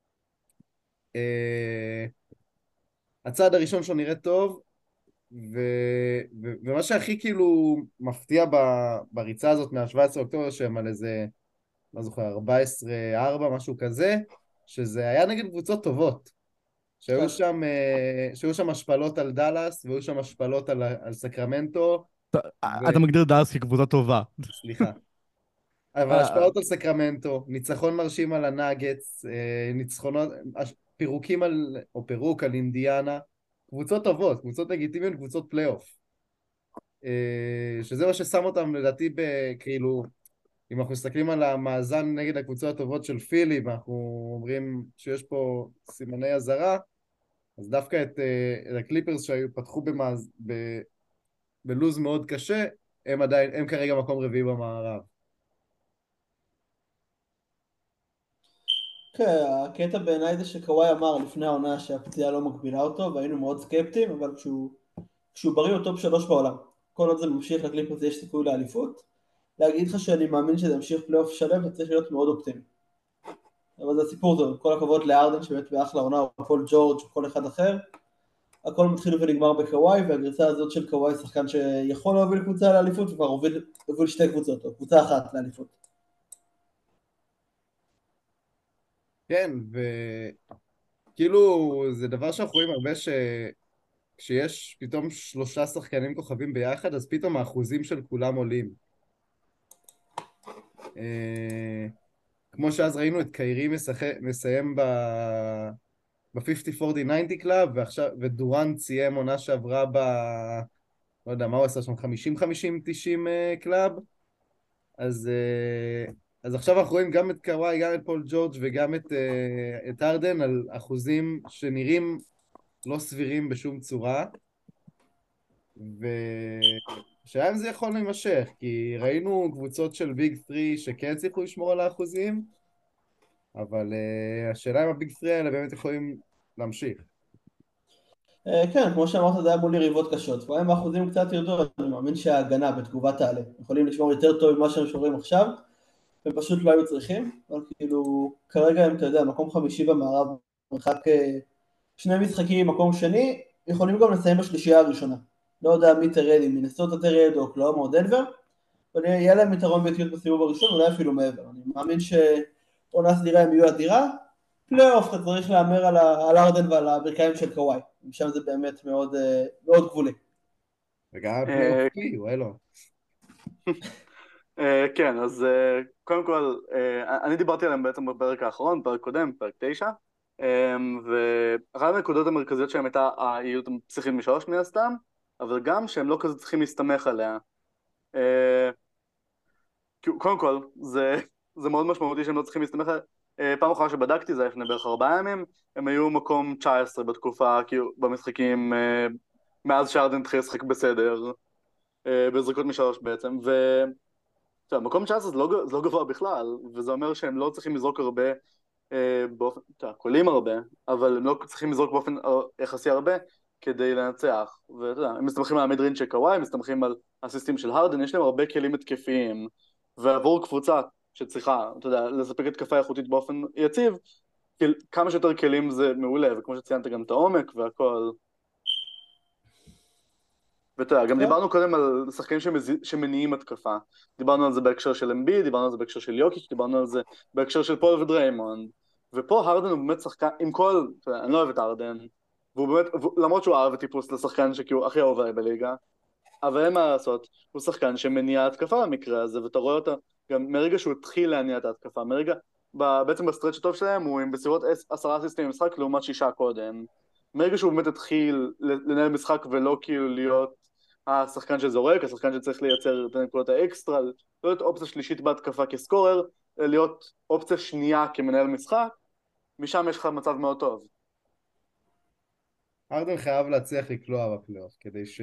אה, הצעד הראשון שלו נראה טוב, ו, ו, ומה שהכי כאילו מפתיע ב, בריצה הזאת מה-שבעה עשר אוקטובר, שהם על איזה, לא זוכר, ארבע עשרה ארבע, משהו כזה, שזה היה נגד קבוצות טובות. שהיו כן. שם, אה, שהיו שם השפלות על דלס, והיו שם השפלות על, על סקרמנטו, ו... אתה מגדיר דארס כקבוצה טובה. סליחה. אבל אה, השפעות על סקרמנטו, ניצחון מרשים על הנאגץ, אה, ניצחונות, הש- פירוקים על, או פירוק על אינדיאנה, קבוצות טובות, קבוצות לגיטימיות, קבוצות פלייאוף. אה, שזה מה ששם אותם לדעתי בכאילו, אם אנחנו מסתכלים על המאזן נגד הקבוצות הטובות של פילי, ואנחנו אומרים שיש פה סימני אזהרה, אז דווקא את, אה, את הקליפרס שפתחו במאז, ב, בלוז מאוד קשה, הם עדיין, הם כרגע מקום רביעי במערב. כן, הקטע בעיניי זה שקוואי אמר לפני העונה שהפציעה לא מגבילה אותו, והיינו מאוד סקפטיים, אבל כשהוא, כשהוא בריא הוא טופ שלוש בעולם. כל עוד זה ממשיך לקליפרס יש סיכוי לאליפות. להגיד לך שאני מאמין שזה ימשיך פלייאוף שלם, זה צריך להיות מאוד אופטימי. אבל זה הסיפור הזה, כל הכבוד לארדן שבאמת באחלה עונה, או פול ג'ורג' או כל אחד אחר. הכל מתחיל ונגמר בקוואי, והגרסה הזאת של קוואי שחקן שיכול להוביל קבוצה לאליפות, וכבר הוביל, הוביל שתי קבוצות, או קבוצה אחת לאליפות. כן, וכאילו זה דבר שאנחנו רואים הרבה ש... כשיש פתאום שלושה שחקנים כוכבים ביחד, אז פתאום האחוזים של כולם עולים. אה, כמו שאז ראינו את קיירי משחק... מסיים ב... ב-חמישים ארבעים תשעים קלאב, ועכשיו... ודורנט סיים עונה שעברה ב... לא יודע, מה הוא עשה שם? חמישים חמישים תשעים קלאב? אז, אה, אז עכשיו אנחנו רואים גם את קוואי, גם את פול ג'ורג' וגם את, אה, את ארדן על אחוזים שנראים לא סבירים בשום צורה, ושאלה אם זה יכול להימשך, כי ראינו קבוצות של ביג תרי שכן צריכו לשמור על האחוזים, אבל uh, השאלה אם הביג תרי האלה באמת יכולים להמשיך. כן, כמו שאמרת, זה היה מול יריבות קשות, והאם האחוזים קצת ירדו, אני מאמין שההגנה בתגובה תעלה. יכולים לשמור יותר טוב ממה שהם שומרים עכשיו, הם פשוט לא היו צריכים, אבל כאילו, כרגע הם, אתה יודע, מקום חמישי במערב, מרחק שני משחקים, מקום שני, יכולים גם לסיים בשלישייה הראשונה. לא יודע מי תרד, אם מינסוטה תרד, או אוקלהומה או דנבר, אבל יהיה להם יתרון ביתיות בסיבוב הראשון, אולי אפילו מעבר. אני מאמין שעונה סדירה הם יהיו אדירה, פלייאוף אתה צריך להמר על, ה- על ארדן ועל הברכיים של קוואי, שם זה באמת מאוד, מאוד גבולי. וגם הפלייאופי, הוא אלו. כן, אז קודם כל, אני דיברתי עליהם בעצם בפרק האחרון, פרק קודם, פרק תשע, ואחת הנקודות המרכזיות שלהם הייתה היעילות הפסיכית משלוש מן הסתם, אבל גם שהם לא כזה צריכים להסתמך עליה. קודם כל, זה, זה מאוד משמעותי שהם לא צריכים להסתמך עליה. פעם אחרונה שבדקתי, זה היה לפני בערך ארבעה ימים, הם היו מקום תשע עשרה בתקופה, כאילו, במשחקים, מאז שארדן התחיל לשחק בסדר, בזריקות משלוש בעצם, ו... עכשיו, מקום תשע עשרה זה לא, זה לא גבוה בכלל, וזה אומר שהם לא צריכים לזרוק הרבה, אה, באופן, אתה יודע, קולים הרבה, אבל הם לא צריכים לזרוק באופן יחסי הרבה כדי לנצח, ואתה יודע, הם מסתמכים על המידרינג' של קוואי, הם מסתמכים על הסיסטים של הרדן, יש להם הרבה כלים התקפיים, ועבור קבוצה שצריכה, אתה יודע, לספק התקפה איכותית באופן יציב, כמה שיותר כלים זה מעולה, וכמו שציינת גם את העומק והכל. ואתה יודע, גם דיברנו קודם על שחקנים שמניעים התקפה. דיברנו על זה בהקשר של אמביד, דיברנו על זה בהקשר של יוקיץ', דיברנו על זה בהקשר של פול ודריימונד. ופה הרדן הוא באמת שחקן, עם כל, אני לא אוהב את הרדן, והוא באמת, למרות שהוא אהב טיפוס לשחקן שכאילו הכי אהוב עליי בליגה, אבל אין מה לעשות, הוא שחקן שמניע התקפה במקרה הזה, ואתה רואה אותה גם מרגע שהוא התחיל להניע את ההתקפה, מרגע, בעצם בסטרץ' הטוב שלהם הוא עם בסביבות עשרה אסיסטים במשחק לעומת שישה קודם. מרגע שהוא באמת התחיל לנהל משחק ולא כאילו להיות השחקן שזורק, השחקן שצריך לייצר את הנקודות האקסטרה, לא להיות אופציה שלישית בהתקפה כסקורר, להיות אופציה שנייה כמנהל משחק, משם יש לך מצב מאוד טוב. הרדן חייב להצליח לקלוע בפלייאוף, כדי ש...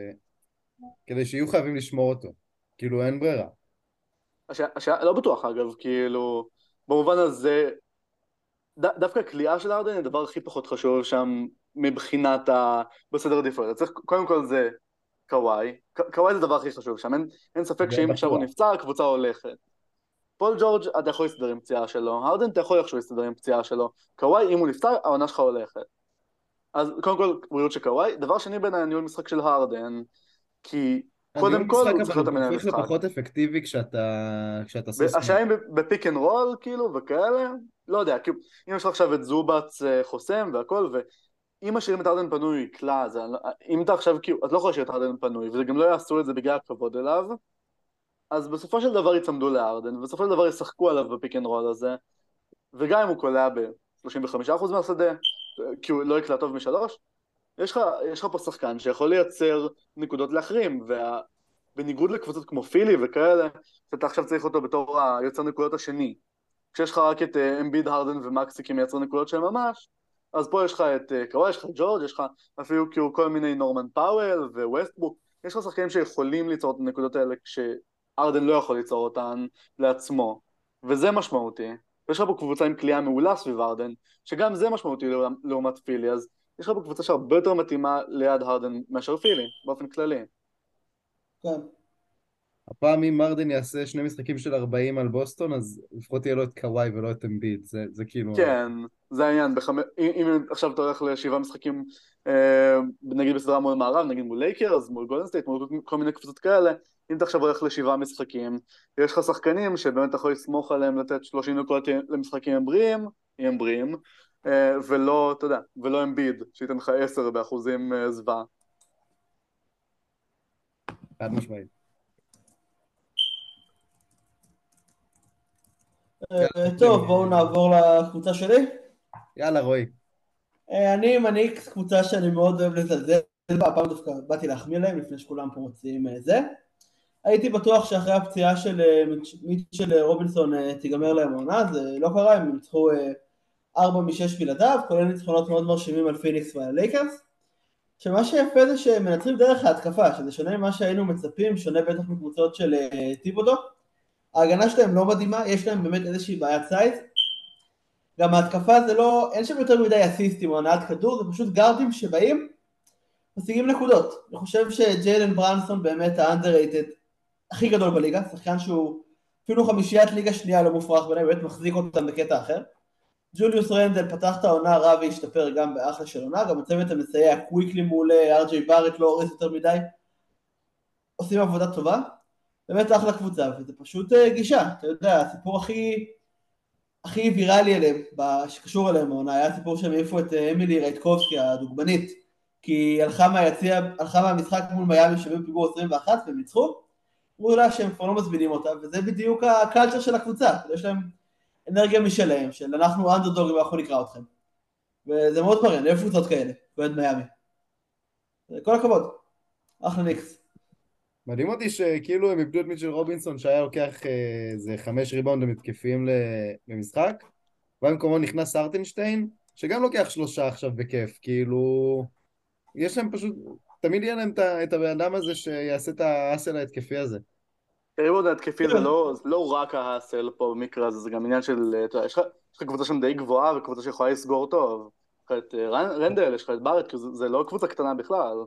כדי שיהיו חייבים לשמור אותו. כאילו אין ברירה. השאלה, השאלה, לא בטוח אגב, כאילו, במובן הזה, ד, דווקא הקליעה של הרדן היא הדבר הכי פחות חשוב שם מבחינת ה... בסדר עדיפויות. צריך, קודם כל זה קוואי, קוואי זה הדבר הכי חשוב שם, אין, אין ספק שאם עכשיו הוא נפצע, הקבוצה הולכת. פול ג'ורג' אתה יכול להסתדר עם פציעה שלו, הרדן אתה יכול איכשהו להסתדר עם פציעה שלו, קוואי אם הוא נפצע, העונה שלך הולכת. אז קודם כל, בריאות של קוואי. דבר שני בין הניהול משחק של הרדן, כי קודם כל הוא צריך להיות המנהל משחק. זה פחות אפקטיבי כשאתה סוס. השאלה בפיק אנד רול, כאילו, וכאלה, לא יודע, כאילו, אם יש לך עכשיו את זובץ חוסם והכל, ואם משאירים את הרדן פנוי, קלה, אם אתה עכשיו, כאילו, את לא יכולה להשאיר את הרדן פנוי, וזה גם לא יעשו את זה בגלל הכבוד אליו, אז בסופו של דבר יצמדו להרדן, ובסופו של דבר ישחקו עליו בפיק אנד רול הזה, וגם אם הוא קולע ב-שלושים וחמישה אחוז מהשדה, כי הוא לא יקלע טוב משלוש, יש לך, יש לך פה שחקן שיכול לייצר נקודות לאחרים, ובניגוד לקבוצות כמו פילי וכאלה, שאתה עכשיו צריך אותו בתור היוצר נקודות השני. כשיש לך רק את אמביד, הרדן ומקסי כמייצר נקודות של ממש, אז פה יש לך את קוואי, יש לך את ג'ורג', יש לך אפילו כאילו כל מיני נורמן פאוול וווסטברוק, יש לך שחקנים שיכולים ליצור את הנקודות האלה כשארדן לא יכול ליצור אותן לעצמו, וזה משמעותי. ויש לך פה קבוצה עם קליעה מעולה סביב הרדן, שגם זה משמעותי לעומת פילי, אז יש לך פה קבוצה שהרבה יותר מתאימה ליד הרדן מאשר פילי, באופן כללי. כן. הפעם אם הרדן יעשה שני משחקים של ארבעים על בוסטון, אז לפחות יהיה לו את קוואי ולא את אמביד, זה, זה כאילו... כן, זה העניין, בחמ... אם, אם עכשיו אתה הולך לשבעה משחקים, אה, נגיד בסדרה מול מערב, נגיד מול לייקרס, מול גולדן סטייט, מול כל מיני קבוצות כאלה, אם אתה עכשיו הולך לשבעה משחקים, יש לך שחקנים שבאמת אתה יכול לסמוך עליהם לתת שלושים נקודות למשחקים הם בריאים, הם בריאים, אה, ולא, אתה יודע, ולא אמביד, שייתן לך עשר באחוזים אה, זווה. חד משמעית. טוב, בואו נעבור לקבוצה שלי. יאללה רועי. אני עם הניקס, קבוצה שאני מאוד אוהב לזלזל בה, הפעם דווקא באתי להחמיא להם לפני שכולם פה מוציאים זה. הייתי בטוח שאחרי הפציעה של מיטשל רובינסון תיגמר להם העונה, זה לא קרה, הם ניצחו ארבע משש בלעדיו, כולל ניצחונות מאוד מרשימים על פיניקס ועל לייקרס. שמה שיפה זה שהם מנצחים דרך ההתקפה, שזה שונה ממה שהיינו מצפים, שונה בטח מקבוצות של טיבודו. ההגנה שלהם לא מדהימה, יש להם באמת איזושהי בעיית סייז. גם ההתקפה זה לא, אין שם יותר מדי אסיסטים או הנעת כדור, זה פשוט גארדים שבאים, משיגים נקודות. אני חושב שג'יילן ברנסון באמת ה-underrated הכי גדול בליגה, שחקן שהוא אפילו חמישיית ליגה שנייה לא מופרך ביניהם, באמת מחזיק אותם בקטע אחר. ג'וליוס רנדל פתח את העונה רע והשתפר גם באחלה של עונה, גם הצוות המסייע קוויקלי מעולה, אר ג'יי בארט לא הורס יותר מדי, עושים עבודה טובה. באמת אחלה קבוצה, וזה פשוט גישה, אתה יודע, הסיפור הכי, הכי ויראלי אליהם, שקשור אליהם העונה, היה הסיפור שהם העיפו את אמילי רייטקובסקי, הדוגמנית, כי היא הלכה מהיציע, הלכה מהמשחק מול מיאמי שווים פיגור עשרים ואחת, והם ניצחו, אמרו לה שהם כבר לא מזמינים אותה, וזה בדיוק הקלצ'ר של הקבוצה, יש להם אנרגיה משלהם, של אנחנו אנדרדוגים ואנחנו נקרא אתכם, וזה מאוד מראה, אין קבוצות כאלה, ועד מיאמי. כל הכבוד, אחלה ניקס. מדהים אותי שכאילו הם איבדו את מיטשל רובינסון שהיה לוקח איזה חמש ריבאונד מתקפים למשחק, ובמקומו נכנס ארטנשטיין שגם לוקח שלושה עכשיו בכיף, כאילו יש להם פשוט, תמיד יהיה להם את הבן אדם הזה שיעשה את האסל ההתקפי הזה. ריבאונד ההתקפי זה לא רק האסל פה במקרה הזה, זה גם עניין של, יש לך קבוצה שם די גבוהה וקבוצה שיכולה לסגור טוב, יש לך את רנדל, יש לך את בארט, זה לא קבוצה קטנה בכלל.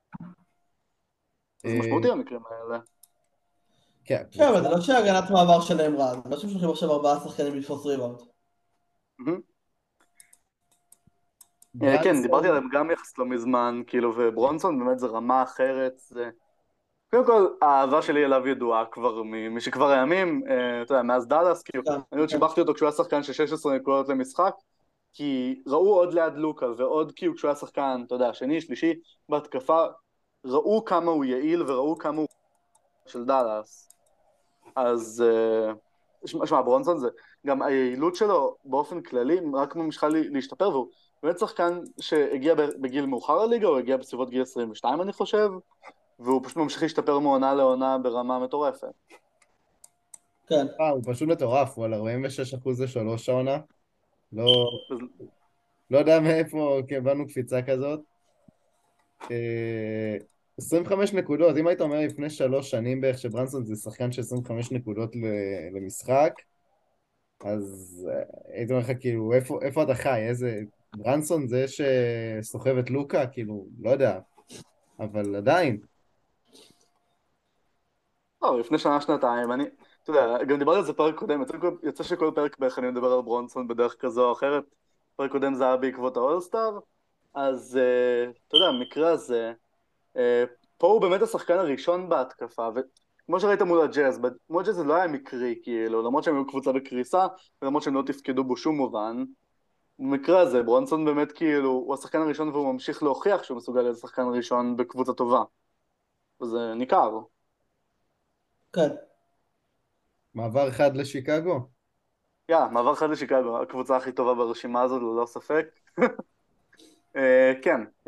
זה משמעותי המקרים האלה. כן, אבל זה לא שהגנת מעבר שלהם רע, זה לא שהם שולחים עכשיו ארבעה שחקנים לתפוס ריבאונד. אה, כן, דיברתי ברנסון, עליהם גם יחס לא מזמן, כאילו, וברונסון באמת זה רמה אחרת, זה... קודם כל, האהבה שלי אליו ידועה כבר מ- משכבר הימים, אה, אתה יודע, מאז דאלאס, כאילו, כן, אני עוד כן. שיבחתי אותו כשהוא היה שחקן של שש עשרה נקודות למשחק, כי ראו עוד ליד לוקה, ועוד כאילו כשהוא היה שחקן, אתה יודע, שני, שלישי, בהתקפה, ראו כמה הוא יעיל וראו כמה הוא של דאלאס. אז, אה, שמע, שמע, ברונסון זה, גם היעילות שלו באופן כללי רק ממשיכה לי- להשתפר, והוא באמת שחקן שהגיע ב- בגיל מאוחר לליגה, הוא הגיע בסביבות גיל עשרים ושתיים אני חושב, והוא פשוט ממשיך להשתפר מעונה לעונה ברמה מטורפת. כן. אה, הוא פשוט מטורף, הוא על ארבעים ושש אחוז לשלוש העונה. לא, אז, לא יודע מאיפה קיבלנו קפיצה כזאת. אה, עשרים וחמש נקודות, אם היית אומר לפני שלוש שנים בערך שברנסון זה שחקן של עשרים וחמש נקודות ל- למשחק, אז אה, הייתי אומר לך כאילו, איפה, איפה אתה חי? איזה... ברנסון זה שסוחב את לוקה? כאילו, לא יודע, אבל עדיין. לא, לפני שנה, שנתיים, אני, אתה יודע, גם דיברתי על זה פרק קודם, יצא, כל- יצא שכל פרק בערך אני מדבר על ברונסון בדרך כזו או אחרת, פרק קודם זה היה בעקבות האולסטאר, אז אה, אתה יודע, המקרה הזה, אה, פה הוא באמת השחקן הראשון בהתקפה, וכמו שראית מול הג'אז, מול הג'אז זה לא היה מקרי, כאילו, למרות שהם היו קבוצה בקריסה, ולמרות שהם לא תפקדו בו שום מובן, במקרה הזה, ברונסון באמת כאילו, הוא השחקן הראשון והוא ממשיך להוכיח שהוא מסוגל להיות שחקן ראשון בקבוצה טובה, וזה ניכר. כן. מעבר חד לשיקגו. יא, מעבר חד לשיקגו, הקבוצה הכי טובה ברשימה הזאת, ללא ספק. אה, כן, יא.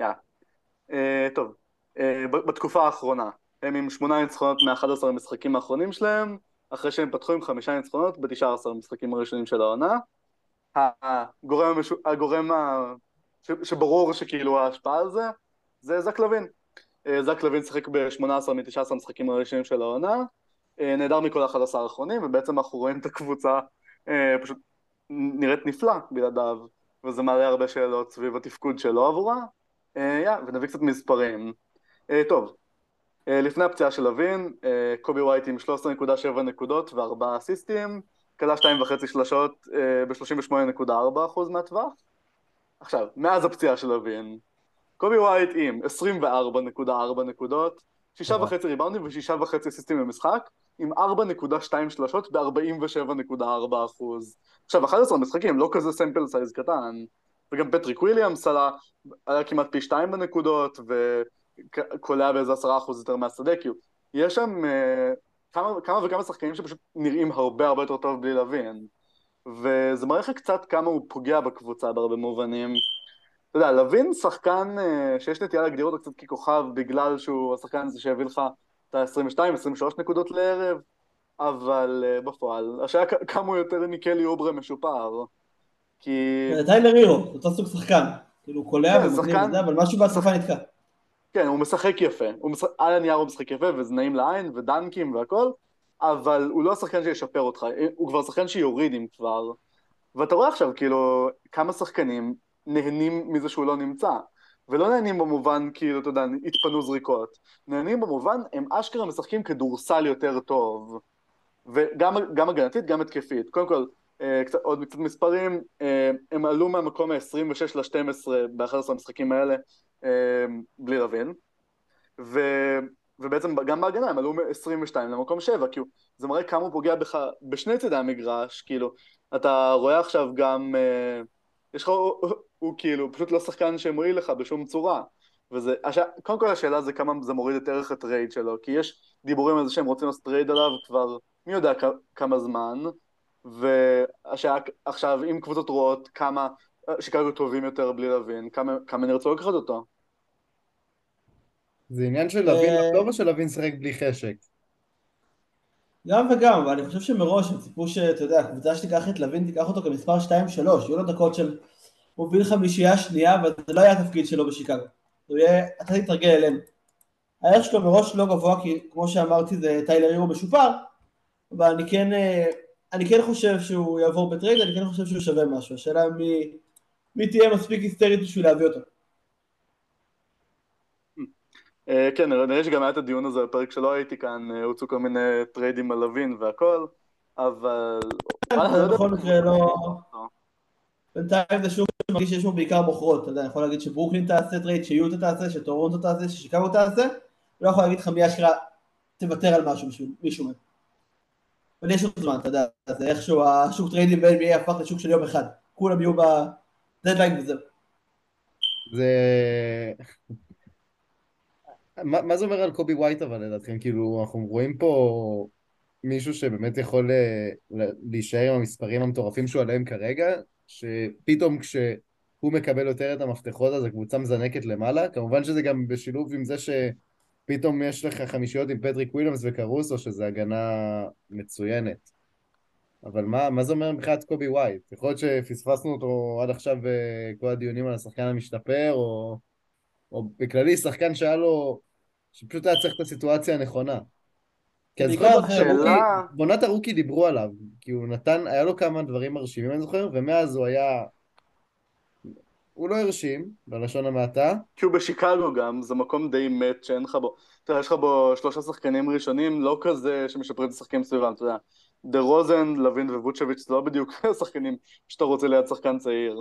אה, טוב, אה, ב- בתקופה האחרונה, הם עם שמונה ניצחונות מ-אחד עשר המשחקים האחרונים שלהם, אחרי שהם פתחו עם חמישה ניצחונות ב-תשעה עשר המשחקים הראשונים של העונה. הגורם, המשו... הגורם ה... ש... שברור שכאילו ההשפעה על זה, זה זק לוין. אה, זק לוין שיחק ב-שמונה עשר מ-תשעה עשר המשחקים הראשונים של העונה, אה, נהדר מכל אחד עשר האחרונים, ובעצם אנחנו רואים את הקבוצה אה, פשוט נראית נפלא בלעדיו, וזה מעלה הרבה שאלות סביב התפקוד שלו עבורה. אה, יא, ונביא קצת מספרים. אה, טוב, אה, לפני הפציעה של לוין, אה, קובי ווייט עם שלוש עשרה נקודה שבע נקודות וארבעה אסיסטים, כלה שתיים וחצי שלשות אה, ב-שלושים ושמונה נקודה ארבע אחוז מהטווח. עכשיו, מאז הפציעה של לוין, קובי ווייט עם עשרים וארבע נקודה ארבע נקודות, שישה וואו. וחצי ריבאונדים ושישה וחצי אסיסטים במשחק, עם ארבע נקודה שתיים שלשות ב-ארבעים ושבע נקודה ארבע אחוז. עכשיו, אחד עשר משחקים, לא כזה סמפל סייז קטן, וגם פטריק וויליאמס עלה, עלה כמעט פי שתיים בנקודות, וקולע באיזה עשרה אחוז יותר מהשדה, כי יש שם uh, כמה, כמה וכמה שחקנים שפשוט נראים הרבה הרבה יותר טוב בלי לוין, וזה מראה לך קצת כמה הוא פוגע בקבוצה בהרבה מובנים. אתה יודע, לוין שחקן uh, שיש נטייה להגדיר אותו קצת ככוכב בגלל שהוא השחקן הזה שהביא לך את ה-עשרים ושתיים עשרים ושלוש נקודות לערב, אבל uh, בפועל, השאלה כ- כמה הוא יותר ניקלי אוברה משופר, כי טיילר הירו, זה אותו סוג שחקן. כאילו הוא קולע כן, זה ומגניב שחקן, וזה, אבל משהו שח... בהתקפה נתקע. כן, הוא משחק יפה, הוא משחק... על הנייר הוא משחק יפה וזה נעים לעין ודנקים והכל, אבל הוא לא השחקן שישפר אותך, הוא כבר שחקן שיוריד אם כבר, ואתה רואה עכשיו כאילו כמה שחקנים נהנים מזה שהוא לא נמצא, ולא נהנים במובן כאילו, אתה יודע, התפנו זריקות, נהנים במובן, הם אשכרה משחקים כדורסל יותר טוב, וגם גם הגנתית, גם התקפית. קודם כל, אה, קצת, עוד קצת מספרים, אה, הם עלו מהמקום ה-עשרים ושש ל-שתים עשרה ב-אחד עשר המשחקים האלה, אה, בלי לוין, ו... ובעצם גם בהגנה הם עלו מ-עשרים ושתיים למקום שבע, כאילו זה מראה כמה הוא פוגע בך בשני צדי המגרש, כאילו אתה רואה עכשיו גם, אה, יש לך, הוא, הוא, הוא כאילו פשוט לא שחקן שמועיל לך בשום צורה, וזה, הש... קודם כל השאלה זה כמה זה מוריד את ערך הטרייד שלו, כי יש דיבורים על זה שהם רוצים לעשות טרייד עליו כבר מי יודע כ... כמה זמן, והשאלה עכשיו אם קבוצות רואות כמה שיקגו טובים יותר בלי להבין, כמה, כמה נרצו לקחת אותו. זה עניין של לוין, אה, לא של לוין שחק בלי חשק. גם וגם, אבל אני חושב שמראש הם ציפו שאתה יודע, הקבוצה שתיקח את לוין תיקח אותו כמספר שתיים שלוש, יהיו לו דקות של מוביל חמישייה שנייה, וזה לא היה התפקיד שלו בשיקגו. הוא יהיה, אתה תתרגל אליהם. הערך שלו מראש לא גבוה, כי כמו שאמרתי זה טיילר הירו משופר, אבל אני כן, אה, אני כן חושב שהוא יעבור בטרייד, אני כן חושב שהוא שווה משהו. השאלה מי, מי תהיה מספיק היסטרית בשביל להביא אותו. אה, כן, נראה שגם היה את הדיון הזה בפרק שלא הייתי כאן, אה, הוצאו כל מיני טריידים על לוין והכל, אבל... וואלה, אני לא יודע בכל אם מקרה קבוצות לא, רוצות אותו. בינתיים זה שוק שמרגיש שיש בו בעיקר בוחרות, אתה יודע, אני יכול להגיד שברוקלין תעשה טרייד, שיוטה תעשה, שטורונטו תעשה, ששיקגו תעשה, לא יכול להגיד לך מי אשכרה תוותר על משהו בשביל מישהו מהם. אבל יש עוד זמן, אתה יודע, זה איכשהו השוק טריידים ב-אן בי איי הפך לשוק של יום אחד, כולם יהיו בדדליין וזהו. זה... מה, מה זה אומר על קובי ווייט אבל לדעתכם? כאילו, אנחנו רואים פה מישהו שבאמת יכול אה, ל- להישאר עם המספרים המטורפים שהוא עליהם כרגע, שפתאום כשהוא מקבל יותר את המפתחות אז הקבוצה מזנקת למעלה, כמובן שזה גם בשילוב עם זה שפתאום יש לך חמישיות עם פטריק וויליאמס וקרוסו, שזה הגנה מצוינת. אבל מה, מה זה אומר מבחינת קובי ווייט? יכול להיות שפספסנו אותו עד עכשיו בכל הדיונים על השחקן המשתפר, או, או בכללי שחקן שהיה לו, שפשוט היה צריך את הסיטואציה הנכונה. כי אני זוכר בעיקר בעונת זה, הרוקי, שאלה, בעונת הרוקי דיברו עליו, כי הוא נתן, היה לו כמה דברים מרשימים אני זוכר, ומאז הוא היה, הוא לא הרשים, בלשון המעטה. כי הוא בשיקגו גם, זה מקום די מת שאין לך בו, אתה יודע, יש לך בו שלושה שחקנים ראשונים, לא כזה שמשפרים את השחקנים סביבם, אתה יודע, דה רוזן, לוין וווצ'ביץ' זה לא בדיוק השחקנים שאתה רוצה ליד שחקן צעיר.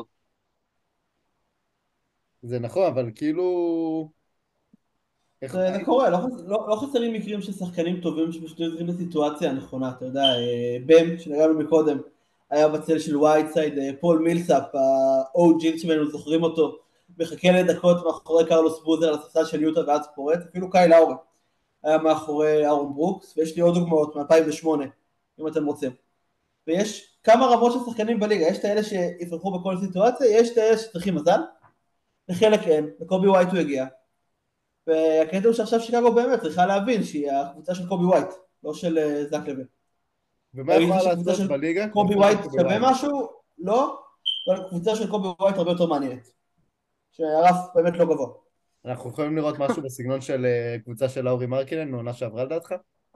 זה נכון, אבל כאילו... איך... זה, זה קורה, לא, חס- לא, לא חסרים מקרים של שחקנים טובים שפשוט יוצאים לסיטואציה הנכונה, אתה יודע, אה, בם, שנגענו מקודם, היה בצל של וייטסייד, אה, פול מילסאפ, ה-או ג'י שלנו זוכרים אותו, מחכה לדקות מאחורי קרלוס בוזר על הספסל של יוטה ואז פורט, אפילו קייל לאורי היה מאחורי אהרון ברוקס, ויש לי עוד דוגמאות מ-אלפיים ושמונה, אם אתם רוצים. ויש כמה רמות של שחקנים בליגה, יש את האלה שיפרחו בכל סיטואציה, יש את האלה שצריכים מזל, לחלק אין, לקובי ווייט הוא הגיע. והקטע הוא שעכשיו שיקגו באמת צריכה להבין שהיא הקבוצה של קובי ווייט, לא של אה, זק לוין. ומה להגיד יכולה שקבוצה לעשות של בליגה? קובי קבוצה של ווייט קובי שווה ווייט. משהו? לא, אבל קבוצה של קובי ווייט הרבה יותר מעניינת. שהרף באמת לא גבוה. אנחנו יכולים לראות משהו בסגנון של אה, קבוצה של לאורי מרקינן, מעונה שעברה לדעתך?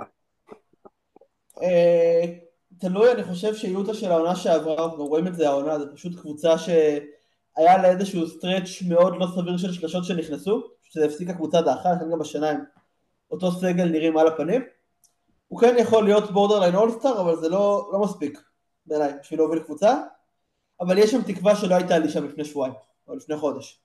אה, תלוי, אני חושב שיוטה של העונה שעברה, אנחנו גם רואים את זה העונה, זה פשוט קבוצה שהיה לה איזשהו סטרץ' מאוד לא סביר של שלשות שנכנסו, שזה הפסיקה קבוצה דעכה, לכן גם השנה עם אותו סגל נראים על הפנים. הוא כן יכול להיות בורדרליין אולסטאר, אבל זה לא, לא מספיק בעיניי בשביל להוביל קבוצה, אבל יש שם תקווה שלא הייתה לי שם לפני שבועיים, או לפני חודש.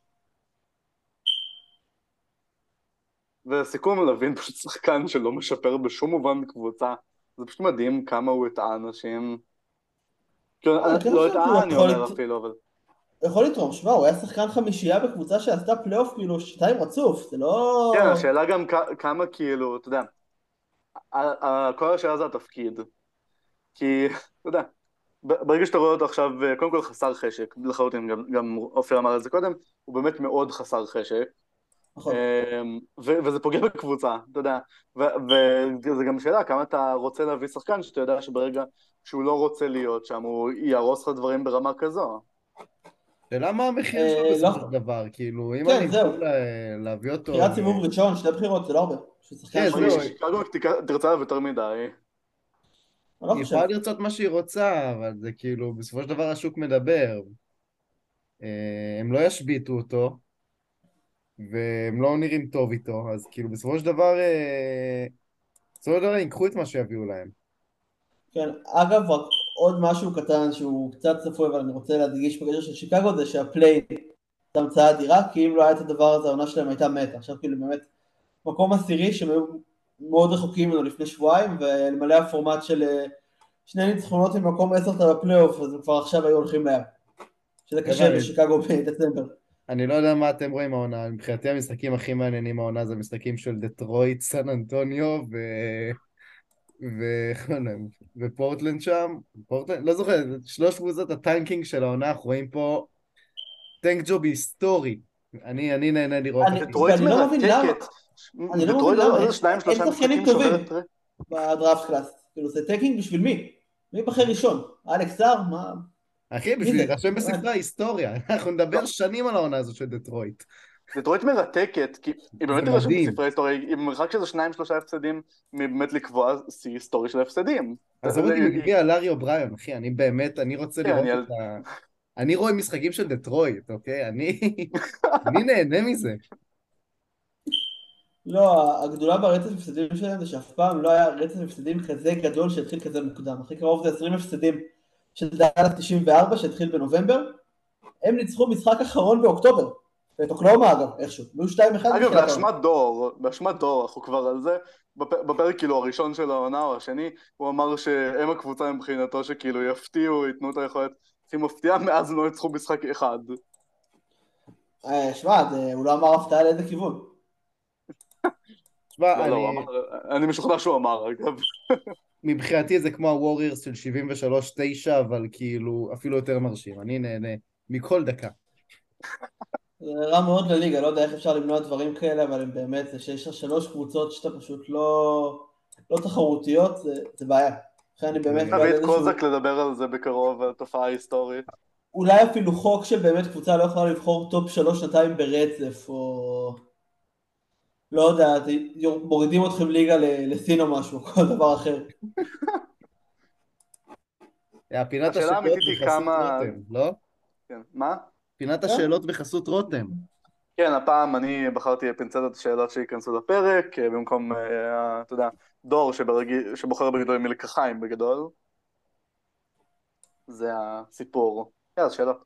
ולסיכום, לוין פשוט שחקן שלא משפר בשום מובן קבוצה, זה פשוט מדהים כמה הוא הטעה אנשים, כאילו, לא, אני כן לא חושב שהוא הטעה אני יכול, אומר לת... אפילו, אבל יכול לתרום, שמע, הוא היה שחקן חמישייה בקבוצה שעשתה פלייאוף כאילו שתיים רצוף, זה לא... כן, השאלה גם כ- כמה כאילו, אתה יודע, ה- ה- כל השאלה זה התפקיד, כי, אתה יודע, ב- ברגע שאתה רואה אותו עכשיו, קודם כל חסר חשק, לחלוטין, גם, גם אופיר אמר את זה קודם, הוא באמת מאוד חסר חשק, נכון. אמ, ו- וזה פוגע בקבוצה, אתה יודע, ו- וזה גם שאלה כמה אתה רוצה להביא שחקן שאתה יודע שברגע שהוא לא רוצה להיות שם, הוא יהרוס לך דברים ברמה כזו. שאלה מה המחיר שלו אה, לא, בסופו של דבר, כאילו, אם כן, אני זהו, יכול לה- להביא אותו בחירת ל... סיבוב ראשון, שתי בחירות, זה לא הרבה, בשביל שחקן כן, תשמע, שלישי, זהו, שיקגו תיקח- תרצה עליו יותר מדי. אני לא היא חושב. יכולה לרצות מה שהיא רוצה, אבל זה כאילו, בסופו של דבר השוק מדבר. אה, הם לא ישביתו אותו, והם לא נראים טוב איתו, אז כאילו, בסופו של דבר, אה, בסופו של דבר ייקחו את מה שיביאו להם. כן, אגב, רק עוד משהו קטן שהוא קצת צפוי, אבל אני רוצה להדגיש בקשר של שיקגו, זה שהפליי זה המצאה אדירה, כי אם לא היה את הדבר הזה, העונה שלהם הייתה מתה. עכשיו כאילו באמת, מקום עשירי שהם היו מאוד רחוקים ממנו לפני שבועיים, ולמלא הפורמט של אה, שני ניצחונות עם מקום עשר אתה בפלייאוף, אז הם כבר עכשיו היו הולכים לים. שזה חבר'ה, קשה אני, בשיקגו בדצמבר. אני לא יודע מה אתם רואים העונה, מבחינתי המשחקים הכי מעניינים העונה זה משחקים של דטרויט, סן אנטוניו ו... ו... ופורטלנד שם, פורטלנד, לא זוכר, שלוש קבוצות הטנקינג של העונה, אנחנו רואים פה טנק ג'וב היסטורי. אני, אני נהנה לראות אני, את זה. דטרויט ואני לא מבין למה, מרתקת, אני לא מבין דטרויט למה, זה אין, שניים אין שלושה שחקנים משחקים טובים שוברת טרק. בדראפט קלאס. כאילו זה טקינג בשביל מי? מי בחר ראשון? אלכס סאר? מה? אחי, מי בשביל זה? להירשם באמת. בספרי ההיסטוריה, אנחנו נדבר שנים על העונה הזאת של דטרויט. דטרויט מרתקת, כי היא זה באמת תירשם מדהים. בספרי ההיסטוריה, היא במרחק שזה שניים שלושה הפסדים מבאמת לקבוע שיא היסטורי של הפסדים. עזוב אותי מגביע לארי אובריון, אחי, אני באמת, אני רוצה כן, לראות אני את ה... אני רואה משחקים של דטרויט, אוקיי? אני... אני נהנה מזה. לא, הגדולה ברצף הפסדים שלהם זה שאף פעם לא היה רצף הפסדים כזה גדול שהתחיל כזה מוקדם. הכי קרוב זה עשרים הפסדים של דאלאס תשעים וארבע שהתחיל בנובמבר, הם ניצחו משחק אחרון באוקטובר. ואת אוקלאומה אגב, איכשהו. היו שתיים אחד. אגב, באשמת דור, באשמת דור, אנחנו כבר על זה, בפ- בפרק כאילו הראשון של העונה או השני, הוא אמר שהם הקבוצה מבחינתו שכאילו יפתיעו, ייתנו את היכולת הכי מפתיעה, מאז הם לא ניצחו משחק אחד. אה, שמע, זה- הוא לא אמר הפתעה לאיזה כיוון. תשמע, לא, לא, הוא אני... אמר, אני משוכנע שהוא אמר, אגב. מבחינתי זה כמו הווריורס של שבעים ושלוש תשע, אבל כאילו אפילו יותר מרשים. אני נהנה מכל דקה. זה רע מאוד לליגה, לא יודע איך אפשר למנוע דברים כאלה, אבל הם באמת, זה שיש שלוש קבוצות שאתה פשוט לא, לא תחרותיות, זה, זה בעיה. לכן אני באמת נביא בעד את איזשהו, קוזק לדבר על זה בקרוב, על תופעה היסטורית. אולי אפילו חוק שבאמת קבוצה לא יכולה לבחור טופ שלוש שנתיים ברצף, או לא יודע, מורידים אתכם ליגה ל- לסין או משהו, כל דבר אחר. היה פינת השאלה השאלות האמיתית היא בחסות כמה... רותם, לא? כן, מה? פינת כן. השאלות בחסות רותם. כן, הפעם אני בחרתי פינצטת השאלות שייכנסו לפרק, אה, במקום, אה, אתה יודע, דור שברגיל, שבוחר בגדול מלקחיים בגדול. זה הסיפור. יאללה, שאלות.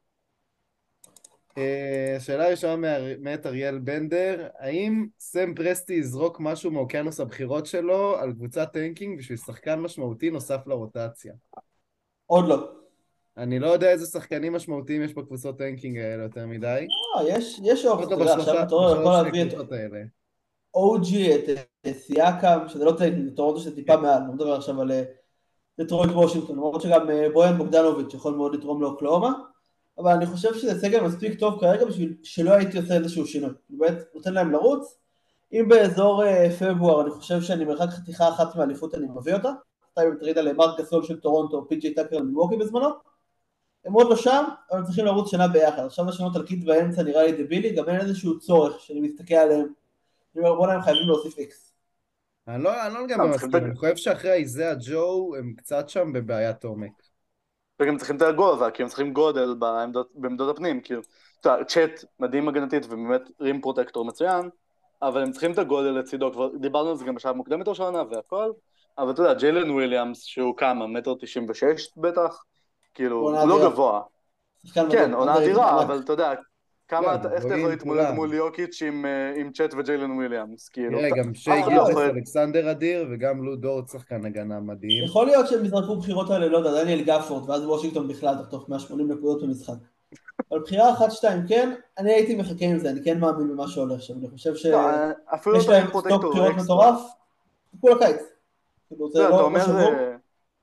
אה, שאלה ראשונה מה- מאת אריאל בנדר, האם סם פרסטי יזרוק משהו מאוקיינוס הבחירות שלו על קבוצת טנקינג בשביל שחקן משמעותי נוסף לרוטציה? עוד לא. אני לא יודע איזה שחקנים משמעותיים יש בקבוצות טנקינג האלה יותר מדי. אה, יש, יש אופציה, אותו אתה יודע, עכשיו בשלושה- אתה יכול בשלוש להביא את הקבוצות האלה. או ג'י, את את סיאקם, שזה לא טנקינג, טורונטו שזה טיפה מעל, לא מדבר עכשיו על אה, דטרויט וושינגטון, למרות שגם אה, בויאן בוגדנוביץ' יכול מאוד לתרום לאוקלאומה, אבל אני חושב שזה סגל מספיק טוב כרגע בשביל שלא הייתי עושה איזשהו שינוי. אני באמת נותן להם לרוץ, אם באזור אה, פברואר אני חושב שאני מרחק חתיכה אחת מהאליפות אני מביא אותה, אתה אם תריד על מרק גסול של טורונטו, פי ג'יי טאקר מילווקי בזמנו, הם עוד לא שם, אבל הם צריכים לרוץ שנה ביחד, עכשיו לשנות על קיט באמצע נראה לי דבילי, גם אין איזשהו צורך שאני מסתכל עליהם, אני אומר בוא'נה הם חייבים להוסיף איקס. אני לא, אני לא לא, לגמרי צריכים מסכים, את- אני חושב שאחרי איזאה ג'ו הם קצת שם בבעיית עומק. וגם צריכים את הגובה, כי הם צריכים גודל בעמדות, בעמדות הפנים, כאילו, אתה יודע, צ'אט מדהים הגנתית ובאמת רים פרוטקטור מצוין, אבל הם צריכים את הגודל לצידו, כבר דיברנו על זה גם בשעה מוקדמת או שנה והכל, אבל אתה יודע, ג'יילן וויליאמס, שהוא כמה, מטר תשעים ושש בטח, כאילו, עונה הוא לא אדירה. גבוה, שחקן כן, מדהים, עונה אנדררייטד אדירה, ענק. אבל אתה יודע, לא, כמה, אתה- איך אתה יכול גבוהים להתמודד כולם. מול יוקיץ' עם, אה, עם צ'אט וג'יילן וויליאמס, כאילו, תראה, אתה- גם אף שי אחד לא גיבס יכול... אלכסנדר אדיר, וגם לו דורט שחקן הגנה מדהים. יכול להיות שהם יזרקו בחירות האלה, לא יודע, דניאל גפורד, ואז וושינגטון בכלל תחטוף מאה ושמונים נקודות במשחק. אבל בחירה אחת, שתיים, כן, אני הייתי מחכה עם זה, אני כן מאמין במה שהולך שם, אני חושב לא, אה, אפילו שיש את הרים להם סטוק פרוטקטור בחירות אקסטרה. מטורף, כל הקיץ. כאילו, אתה זה יודע, אתה לא לא אומר, שבור. אה,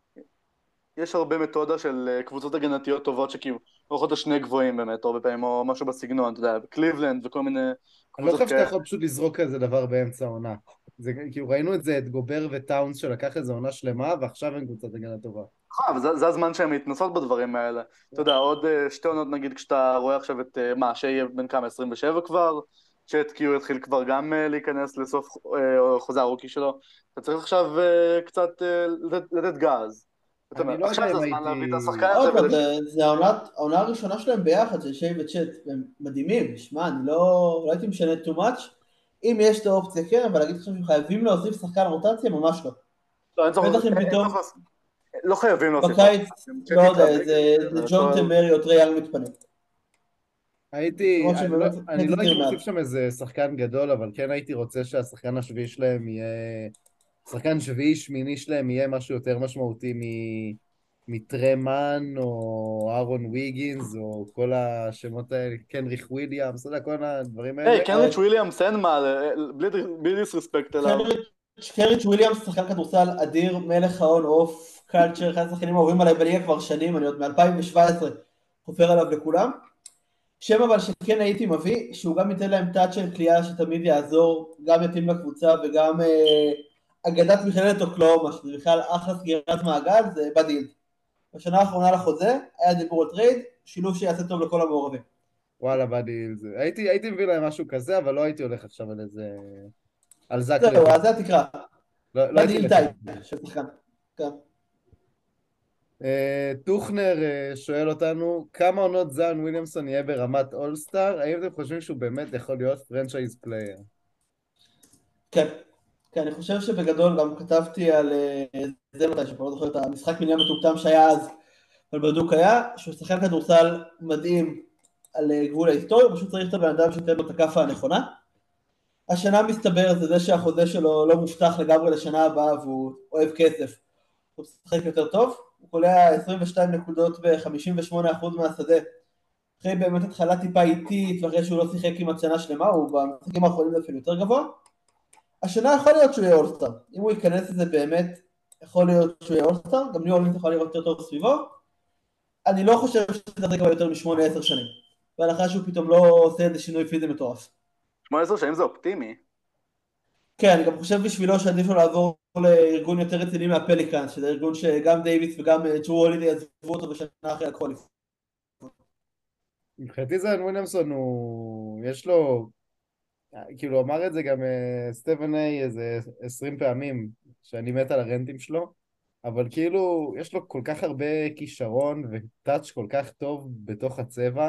יש הרבה מתודה של אה, קבוצות הגנתיות טובות שכאילו הולכות לשני גבוהים באמת, הרבה פעמים, או משהו בסגנון, אתה יודע, קליבלנד וכל מיני אני לא קבוצות חושב שאתה כאלה. יכול פשוט לזרוק כזה דבר באמצע העונה. זה, כאילו ראינו את זה, את גובר וטאונס שלקח איזו עונה שלמה, ועכשיו אין קבוצת הגנה טובה. נכון, אבל זה, זה הזמן שהן מתנסות בדברים האלה. אתה יודע, עוד אה, שתי עונות נגיד כשאתה רואה עכשיו את, אה, מה, שיהיה בן כמה, עשרים ושבע כבר, צ'אט כאילו התחיל כבר גם אה, להיכנס לסוף אה, חוזה הרוקי שלו, אתה צריך עכשיו אה, קצת אה, לתת, לתת גז. אתה אני אומר, לא יודע עכשיו זה אם הזמן להביא את הייתי... השחקן הזה עוד פעם, ולש... זה- זה העונה העונה הראשונה שלהם ביחד, של שיי וצ'אט, הם מדהימים, שמע, אני לא לא הייתי משנה too much, אם יש את האופציה כן, אבל להגיד עכשיו שהם חייבים להוסיף שחקן רוטציה, ממש לא. לא, אין צורך, בטח אם אין, אין פתאום צורך, לעשות- לא חייבים להוסיף משהו. בקיץ, צ'אט לא יודע, יתאבק, זה אה, זה ג'ון והכל- טמרי או טרי יאנג מתפנה. הייתי, למרות אני לא, שבאמת אני לא נטע הייתי טיר מוסיף מעט. שם איזה שחקן גדול, אבל כן הייתי רוצה שהשחקן השביעי שלהם יהיה... שחקן שביעי, שמיני שלהם יהיה משהו יותר משמעותי מ... מטרמן, או אהרון ויגינס, או כל השמות האלה, קנריך וויליאמס, אתה יודע, כל הדברים האלה. היי, קנריץ' וויליאמס, אין מה, אה, בלי בלי דיסרספקט אליו. קריץ' וויליאמס, שחקן כדורסל אדיר, מלך ההון אוף קלצ'ר, אחד השחקנים האהובים עליי בליגה כבר שנים, אני עוד מ-אלפיים שבע עשרה חופר עליו לכולם. שם אבל שכן הייתי מביא, שהוא גם ייתן להם טאצ' של קליעה שתמיד יעזור, גם יתאים לקבוצה וגם אה, אגדת מכללת אוקלאומה, שזה בכלל אחלה סגירת מעגל, זה בדיל. בשנה האחרונה לחוזה, היה דיבור על טרייד, שילוב שיעשה טוב לכל המעורבים. וואלה, באדי, זה. הייתי, הייתי מביא להם משהו כזה, אבל לא הייתי הולך עכשיו על איזה... על זק זהו, לוי. אז זה התקרה. לא, לא הייתי בדיל הולך טייפ על זה. של שחקן. כן. אה, טוכנר אה, שואל אותנו, כמה עונות זאן וויליאמסון יהיה ברמת אולסטאר? האם אתם חושבים שהוא באמת יכול להיות פרנצ'ייז פלייר? כן. כן, אני חושב שבגדול גם כתבתי על אה, זה מתי שפה לא זוכר את המשחק מיליון מטומטם שהיה אז, אבל בדוק היה שהוא שחקן כדורסל מדהים על גבול ההיסטוריה, פשוט צריך את הבן אדם שתהיה לו את הכאפה הנכונה. השנה מסתבר זה זה שהחוזה שלו לא מובטח לגמרי לשנה הבאה והוא אוהב כסף. הוא משחק יותר טוב, הוא קולע עשרים ושתיים נקודות ב-חמישים ושמונה אחוז מהשדה. אחרי באמת התחלה טיפה איטית, ואחרי שהוא לא שיחק כמעט שנה שלמה, הוא במשחקים האחרונים אפילו יותר גבוה. השנה יכול להיות שהוא יהיה אולסטאר. אם הוא ייכנס לזה באמת, יכול להיות שהוא יהיה אולסטאר, גם ניו אורלינס יכול לראות יותר טוב סביבו. אני לא חושב שזה יחזיק יותר משמונה עשר שנים. בהנחה שהוא פתאום לא עושה איזה שינוי פיזי מטורף. שמונה עשרה שנים זה אופטימי. כן, אני גם חושב בשבילו שעדיף לו לעבור לארגון יותר רציני מהפליקאנס, שזה ארגון שגם דייוויס וגם ג'רו הולידי עזבו אותו בשנה אחרי הכל. מבחינתי זיון וויליאמסון הוא, יש לו, כאילו אמר את זה גם אה, סטפן איי איזה עשרים פעמים, שאני מת על הרנטים שלו, אבל כאילו יש לו כל כך הרבה כישרון וטאץ' כל כך טוב בתוך הצבע,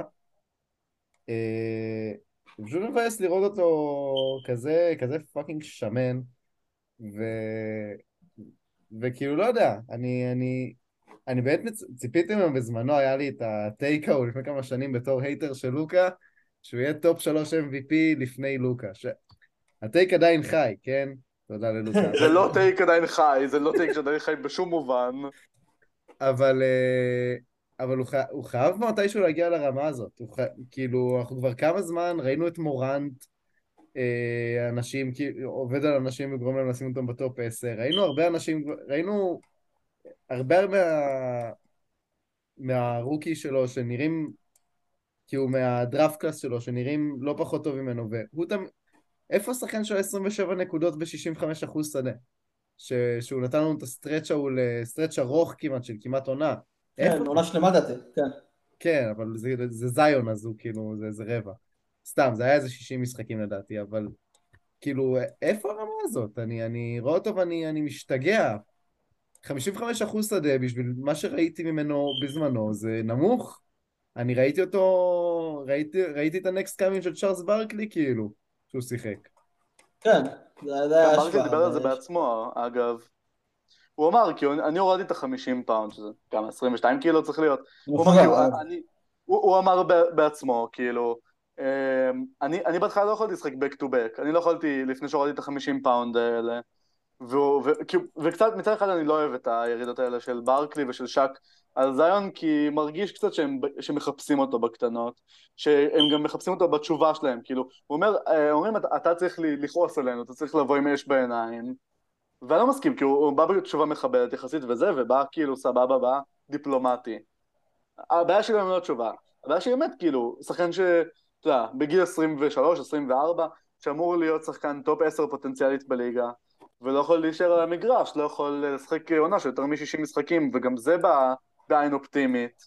אה, פשוט מבאס לראות אותו כזה, כזה פאקינג שמן, ו... וכאילו לא יודע, אני, אני, אני באמת מצ... ציפיתי ממנו בזמנו, היה לי את הטייק ההוא לפני כמה שנים בתור הייטר של לוקה, שהוא יהיה טופ שלוש אם וי פי לפני לוקה. ש... הטייק עדיין חי, כן? תודה ללוקה. זה לא טייק עדיין חי, זה לא טייק שעדיין חי בשום מובן. אבל, אה, אבל הוא, ח... הוא חייב מתישהו להגיע לרמה הזאת. הוא ח... כאילו, אנחנו כבר כמה זמן ראינו את מורנט, אה, אנשים, כאילו, עובד על אנשים וגורם להם לשים אותם בטופ עשר. ראינו הרבה אנשים, ראינו הרבה מה... מהרוקי שלו שנראים, כאילו מהדראפט קלאס שלו שנראים לא פחות טוב ממנו, והוא תמיד, איפה השחקן שלו עשרים ושבע נקודות ב-שישים וחמישה אחוז שדה? ש... שהוא נתן לנו את הסטרץ' ההוא לסטרץ' ארוך כמעט, של כמעט עונה. כן, עונה שלמה דעתי, כן. כן, אבל זה, זה זיון, אז הוא כאילו, זה, זה רבע. סתם, זה היה איזה שישים משחקים לדעתי, אבל כאילו, איפה הרמה הזאת? אני, אני רואה אותו ואני אני משתגע. חמישים וחמישה אחוז שדה בשביל מה שראיתי ממנו בזמנו, זה נמוך. אני ראיתי אותו, ראיתי, ראיתי את הנקסט קאמינג של צ'ארלס ברקלי, כאילו, שהוא שיחק. כן, זה זה היה ברקלי דיבר על זה השוואה. בעצמו, אגב. הוא אמר, כי אני הורדתי את ה-חמישים פאונד, שזה כמה, עשרים ושתיים קילו צריך להיות. הוא אמר, כאילו, אני, הוא, הוא אמר בעצמו, כאילו, אני, אני בהתחלה לא יכולתי לשחק back to back, אני לא יכולתי לפני שהורדתי את ה-חמישים פאונד האלה, והוא, ו, וקצת מצד אחד אני לא אוהב את הירידות האלה של ברקלי ושל שק על זיון, כי מרגיש קצת שהם, שמחפשים אותו בקטנות, שהם גם מחפשים אותו בתשובה שלהם, כאילו, הוא אומר, אומרים, אתה, אתה צריך לכעוס עלינו, אתה צריך לבוא עם אש בעיניים, ואני לא מסכים, כי הוא, הוא בא בתשובה מכבדת יחסית וזה, ובא כאילו סבבה, בא דיפלומטי. הבעיה שלי לא תשובה, הבעיה שלי באמת כאילו, שחקן ש... אתה יודע, בגיל עשרים ושלוש עשרים וארבע, שאמור להיות שחקן טופ עשר פוטנציאלית בליגה, ולא יכול להישאר על המגרש, לא יכול לשחק עונה של יותר מ-שישים משחקים, וגם זה בא בעין אופטימית.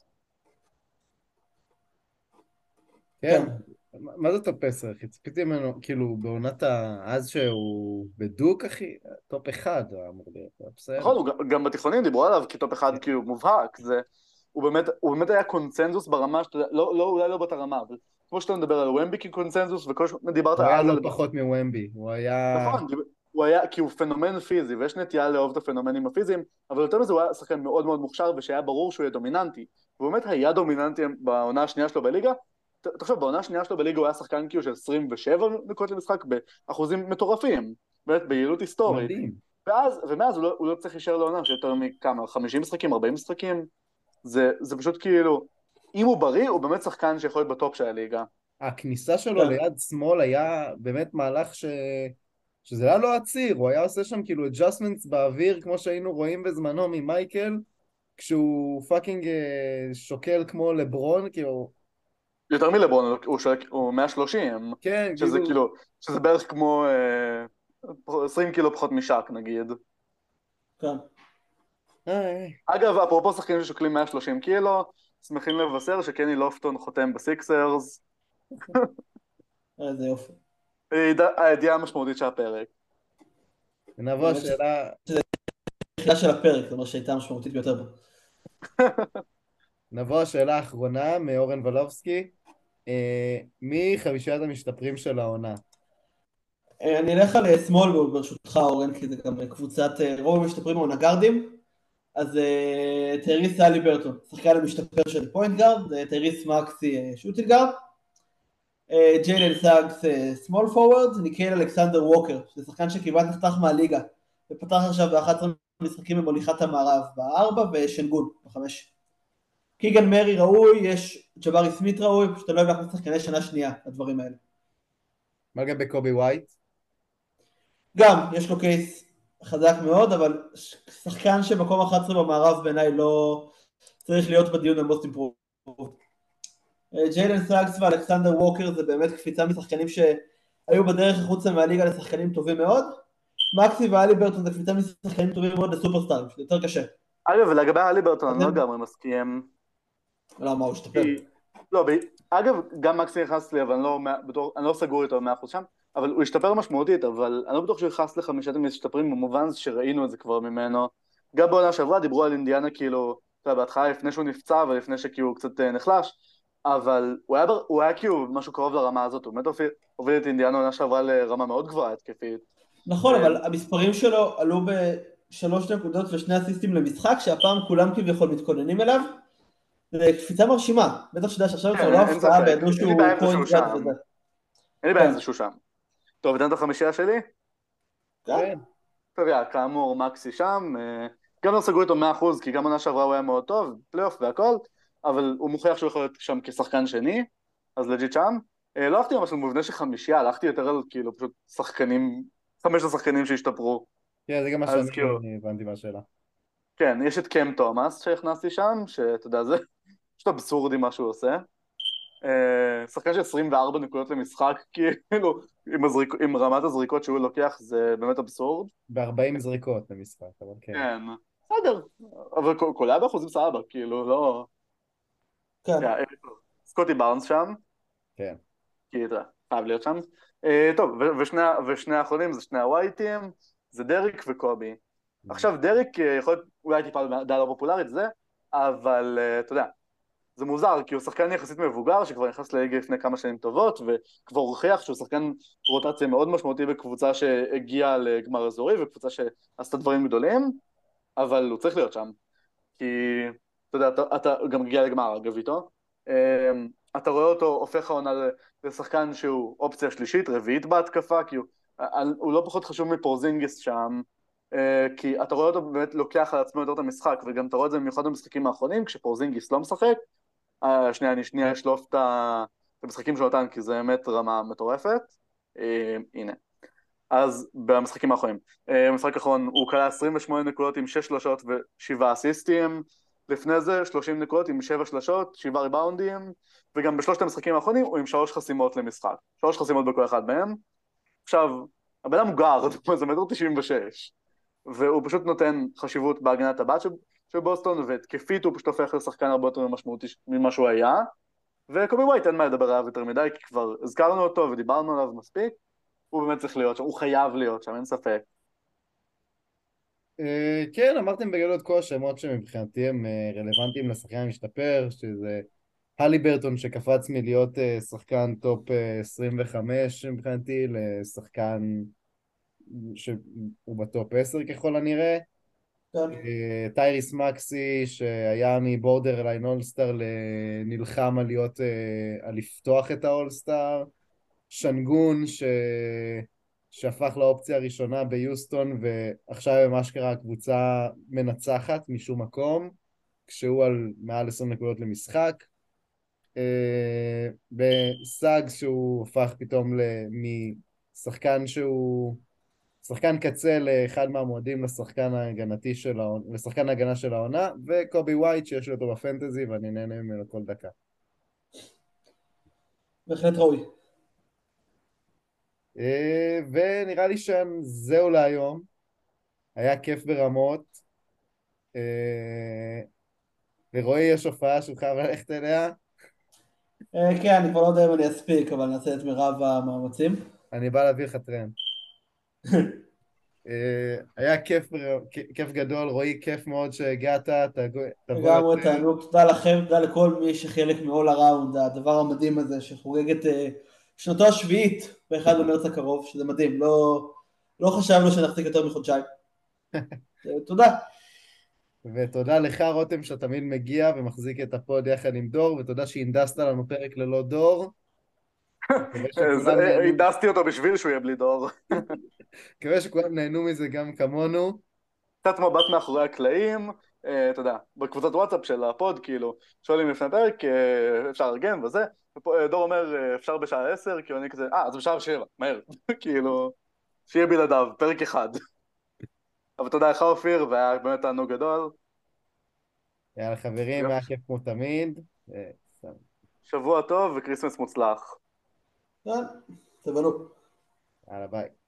כן, מה זה טופ עשר, אחי? ציפיתי ממנו, כאילו, בעונת ה... אז שהוא בדוק, אחי, טופ אחד, אמור להיות, בסדר. נכון, גם בתיכונים דיברו עליו כטופ אחד, כאילו, מובהק, זה... הוא באמת, הוא באמת היה קונצנזוס ברמה, שאתה, לא, לא, אולי לא באותה רמה, אבל כמו שאתה מדבר על ומבי כקונצנזוס, וכל שדיברת הוא היה אז לא על... פחות מוומבי, הוא היה... נכון, הוא היה, כי הוא פנומן פיזי, ויש נטייה לאהוב את הפנומנים הפיזיים, אבל יותר מזה הוא היה שחקן מאוד מאוד מוכשר, ושהיה ברור שהוא יהיה דומיננטי. הוא באמת היה דומיננטי בעונה השנייה שלו בליגה. תחשוב, בעונה השנייה שלו בליגה הוא היה שחקן כאילו של עשרים ושבע נקודות למשחק, באחוזים מטורפים, באמת ביעילות היסטורית. מדהים. ואז, ומאז הוא לא, הוא לא צריך להישאר לעונה, שיותר מכמה, חמישים משחקים, ארבעים משחקים. זה, זה פשוט כאילו, אם הוא בריא, הוא באמת שחקן שיכול להיות בטופ של הליגה. הכניסה שלו ליד שמאל היה באמת מהלך ש... שזה היה לא עציר, הוא היה עושה שם כאילו adjustments באוויר, כמו שהיינו רואים בזמנו ממייקל, כשהוא פאקינג שוקל כמו לברון, כאילו... יותר מלברון, הוא, שוק, הוא מאה ושלושים, כן, שזה כאילו... כאילו, שזה בערך כמו אה, עשרים קילו פחות משק נגיד. כן. אגב, אפרופו שחקנים ששוקלים מאה ושלושים קילו, שמחים לבשר שקני לופטון חותם בסיקסרס. איזה יופי. הידיעה המשמעותית של הפרק. ונבוא השאלה... שזה התחילה של הפרק, זאת אומרת שהייתה משמעותית ביותר בו. נבוא השאלה האחרונה מאורן ולובסקי. מי חמישיית המשתפרים של העונה? אני אלך על שמאל ברשותך אורן, כי זה גם קבוצת רוב המשתפרים העונה גארדים. אז אה, טייריס הליברטון, שחקן המשתפר של פוינט גארד, אה, טייריס מקסי אה, שוטינג גארד, אה, ג'יילן סאגס אה, סמול פורוורד, ניקל אלכסנדר ווקר, שזה שחקן שכמעט נחתך מהליגה, ופתח עכשיו ב-אחד עשר משחקים במוליכת המערב, בארבע, ושנגון, בחמש. קיגן מרי ראוי, יש ג'בארי סמית ראוי, פשוט אתה לא אוהב להכניס שחקני שנה שנייה, הדברים האלה. מה לגבי קובי ווייט? גם, יש לו קייס חזק מאוד, אבל שחקן שמקום אחת עשרה במערב בעיניי לא צריך להיות בדיון על most improved. ג'יילן סאגס ואלכסנדר ווקר זה באמת קפיצה משחקנים שהיו בדרך החוצה מהליגה לשחקנים טובים מאוד. מקסי ואליברטון זה קפיצה משחקנים טובים מאוד לסופרסטארים, שזה יותר קשה. אגב, ולגבי הליברטון, אני לא אתם- לגמרי מסכים. לא, מה הוא השתפר? כי- לא, ב- אגב, גם מקסי נכנס לי, אבל אני לא, מאה- בתור- אני לא סגור איתו מאה אחוז שם, אבל הוא השתפר משמעותית, אבל אני לא בטוח שהוא יכנס לחמישת משתפרים במובן שראינו את זה כבר ממנו. גם בעונה שעברה דיברו על אינדיאנה כאילו, אתה יודע, בהתחלה לפני שהוא נפצע ולפני שכאילו הוא קצת אה, נחלש, אבל הוא היה, בר- הוא היה כאילו משהו קרוב לרמה הזאת, הוא באמת הוביל, הוביל את אינדיאנה עונה שעברה לרמה מאוד גבוהה התקפית. נכון, ו- אבל המספרים שלו עלו בשלוש נקודות ושני אסיסטים למשחק, שהפעם כולם כביכול מתכוננים אליו. זה קפיצה מרשימה, בטח שדע שעכשיו כן, כבר לא אין הפתעה, ספק. וידעו אין לי שהוא בעיה עם זה פוינט שהוא גארד שם. וזה. אין לי בעיה עם כן. זה שהוא שם. טוב, ניתן את החמישייה שלי? כן. כן. טוב, יא, כאמור, מקסי שם, אה, גם לא סגרו איתו מאה אחוז, כי גם עונה שעברה הוא היה מאוד טוב, פלייאוף והכל, אבל הוא מוכיח שהוא יכול להיות שם כשחקן שני, אז לג'יט שם. אה, לא הלכתי ממש למובנה של חמישייה, הלכתי יותר על כאילו פשוט שחקנים, חמש השחקנים שהשתפרו. כן, זה גם מה אז שאני כאילו- הבנתי מהשאלה. כן, יש את קם תומאס שהכנסתי שם, שאתה יודע, זה פשוט אבסורדי מה שהוא עושה. אה, שחקן של עשרים וארבע נקודות למשחק, כאילו, עם, הזריק, עם רמת הזריקות שהוא לוקח, זה באמת אבסורד. ב-ארבעים זריקות למשחק, אבל כן. כן, בסדר, אבל קולע באחוזים סבבה, כאילו, לא... כן. יא, סקוטי בארנס שם, כן. כי אתה יודע, חייב להיות שם. אה, טוב, ו- ושני, ושני האחרונים זה שני הווייטים, זה דריק וקובי. עכשיו דריק אה, יכול להיות אולי טיפה דעה לא פופולרית זה, אבל אה, אתה יודע, זה מוזר, כי הוא שחקן יחסית מבוגר, שכבר נכנס לליגה לפני כמה שנים טובות, וכבר הוכיח שהוא שחקן רוטציה מאוד משמעותי בקבוצה שהגיעה לגמר אזורי, וקבוצה שעשתה דברים גדולים, אבל הוא צריך להיות שם. כי, אתה יודע, אתה, אתה גם מגיע לגמר, אגב, איתו. אמ, אתה רואה אותו הופך העונה לשחקן שהוא אופציה שלישית, רביעית בהתקפה, כי הוא, הוא לא פחות חשוב מפורזינגיס שם, אה, כי אתה רואה אותו באמת לוקח על עצמו יותר את המשחק, וגם אתה רואה את זה במיוחד במשחקים האחרונים, כשפורזינגיס לא משחק. אה, שנייה, אני שנייה אשלוף את ה- את המשחקים שהוא נתן, כי זה באמת רמה מטורפת. אה, הנה. אז במשחקים האחרונים, אה, במשחק האחרון הוא קלע עשרים ושמונה נקודות עם שש שלשות ושבעה אסיסטים, לפני זה שלושים נקודות עם שבע שלשות, שבעה ריבאונדים, וגם בשלושת המשחקים האחרונים הוא עם שלוש חסימות למשחק, שלוש חסימות בכל אחד מהם. עכשיו, הבן אדם הוא גארד, זה מטר תשעים ושש, והוא פשוט נותן חשיבות בהגנת הבת של, של בוסטון, והתקפית הוא פשוט הופך לשחקן הרבה יותר משמעותי ממה שהוא היה, וקובי ווייט אין מה לדבר עליו יותר מדי, כי כבר הזכרנו אותו ודיברנו עליו מספיק, הוא באמת צריך להיות שם, הוא חייב להיות שם, אין ספק. אה, כן, אמרתם בגדול את כל השמות שמבחינתי הם אה, רלוונטיים לשחקן המשתפר, שזה הליברטון שקפץ מלהיות אה, שחקן טופ אה, עשרים וחמש מבחינתי לשחקן שהוא בטופ עשר ככל הנראה. כן. אה, טייריס מקסי שהיה מבורדר ליין אולסטאר נלחם על להיות, אה, על לפתוח את האולסטאר. שנגון ש... שהפך לאופציה הראשונה ביוסטון ועכשיו הם אשכרה הקבוצה מנצחת משום מקום כשהוא על מעל עשרים נקודות למשחק. אה, בסאגס שהוא הפך פתאום משחקן שהוא שחקן קצה לאחד מהמועדים לשחקן ההגנתי של העונה, לשחקן ההגנה של העונה, וקובי ווייט שיש לו אותו בפנטזי ואני נהנה ממנו כל דקה. בהחלט ראוי. אה, ונראה לי שזהו להיום. היה כיף ברמות. אה, ורועי יש הופעה שלך ללכת אליה. אה, כן, אני כבר לא יודע אם אני אספיק, אבל נעשה את מירב המאמצים. אני בא להביא לך טרנד. אה, היה כיף, בר- כיף גדול, רועי, כיף מאוד שהגעת, תבוא תבוא לגמרי יותר. תענוג, תודה לכם, תודה לכל מי שחלק מ-all around, הדבר המדהים הזה שחוגג את אה, שנתו השביעית ב-אחד במרץ הקרוב, שזה מדהים, לא, לא חשבנו שנחזיק יותר מחודשיים. אה, תודה. ותודה לך רותם שאתה תמיד מגיע ומחזיק את הפוד יחד עם דור, ותודה שהנדסת לנו פרק ללא דור. מקווה אז, שכולם אה, נהנו, הנדסתי אותו בשביל שהוא יהיה בלי דור. מקווה שכולם נהנו מזה גם כמונו. קצת מבט מאחורי הקלעים, אה, אתה יודע, בקבוצת וואטסאפ של הפוד, כאילו, שואלים לפני פרק, אה, אפשר לארגן וזה, ופה, אה, דור אומר, אה, אפשר בשעה עשר, כאילו אני כזה, אה, אז בשעה שבע, מהר, כאילו, שיהיה בלעדיו, פרק אחד. אבל תודה לך אופיר, והיה באמת תענוג גדול. יאללה חברים, היה יופי. כיף כמו תמיד. ו- שבוע טוב וכריסמס מוצלח. כן, סבלו. יאללה ביי.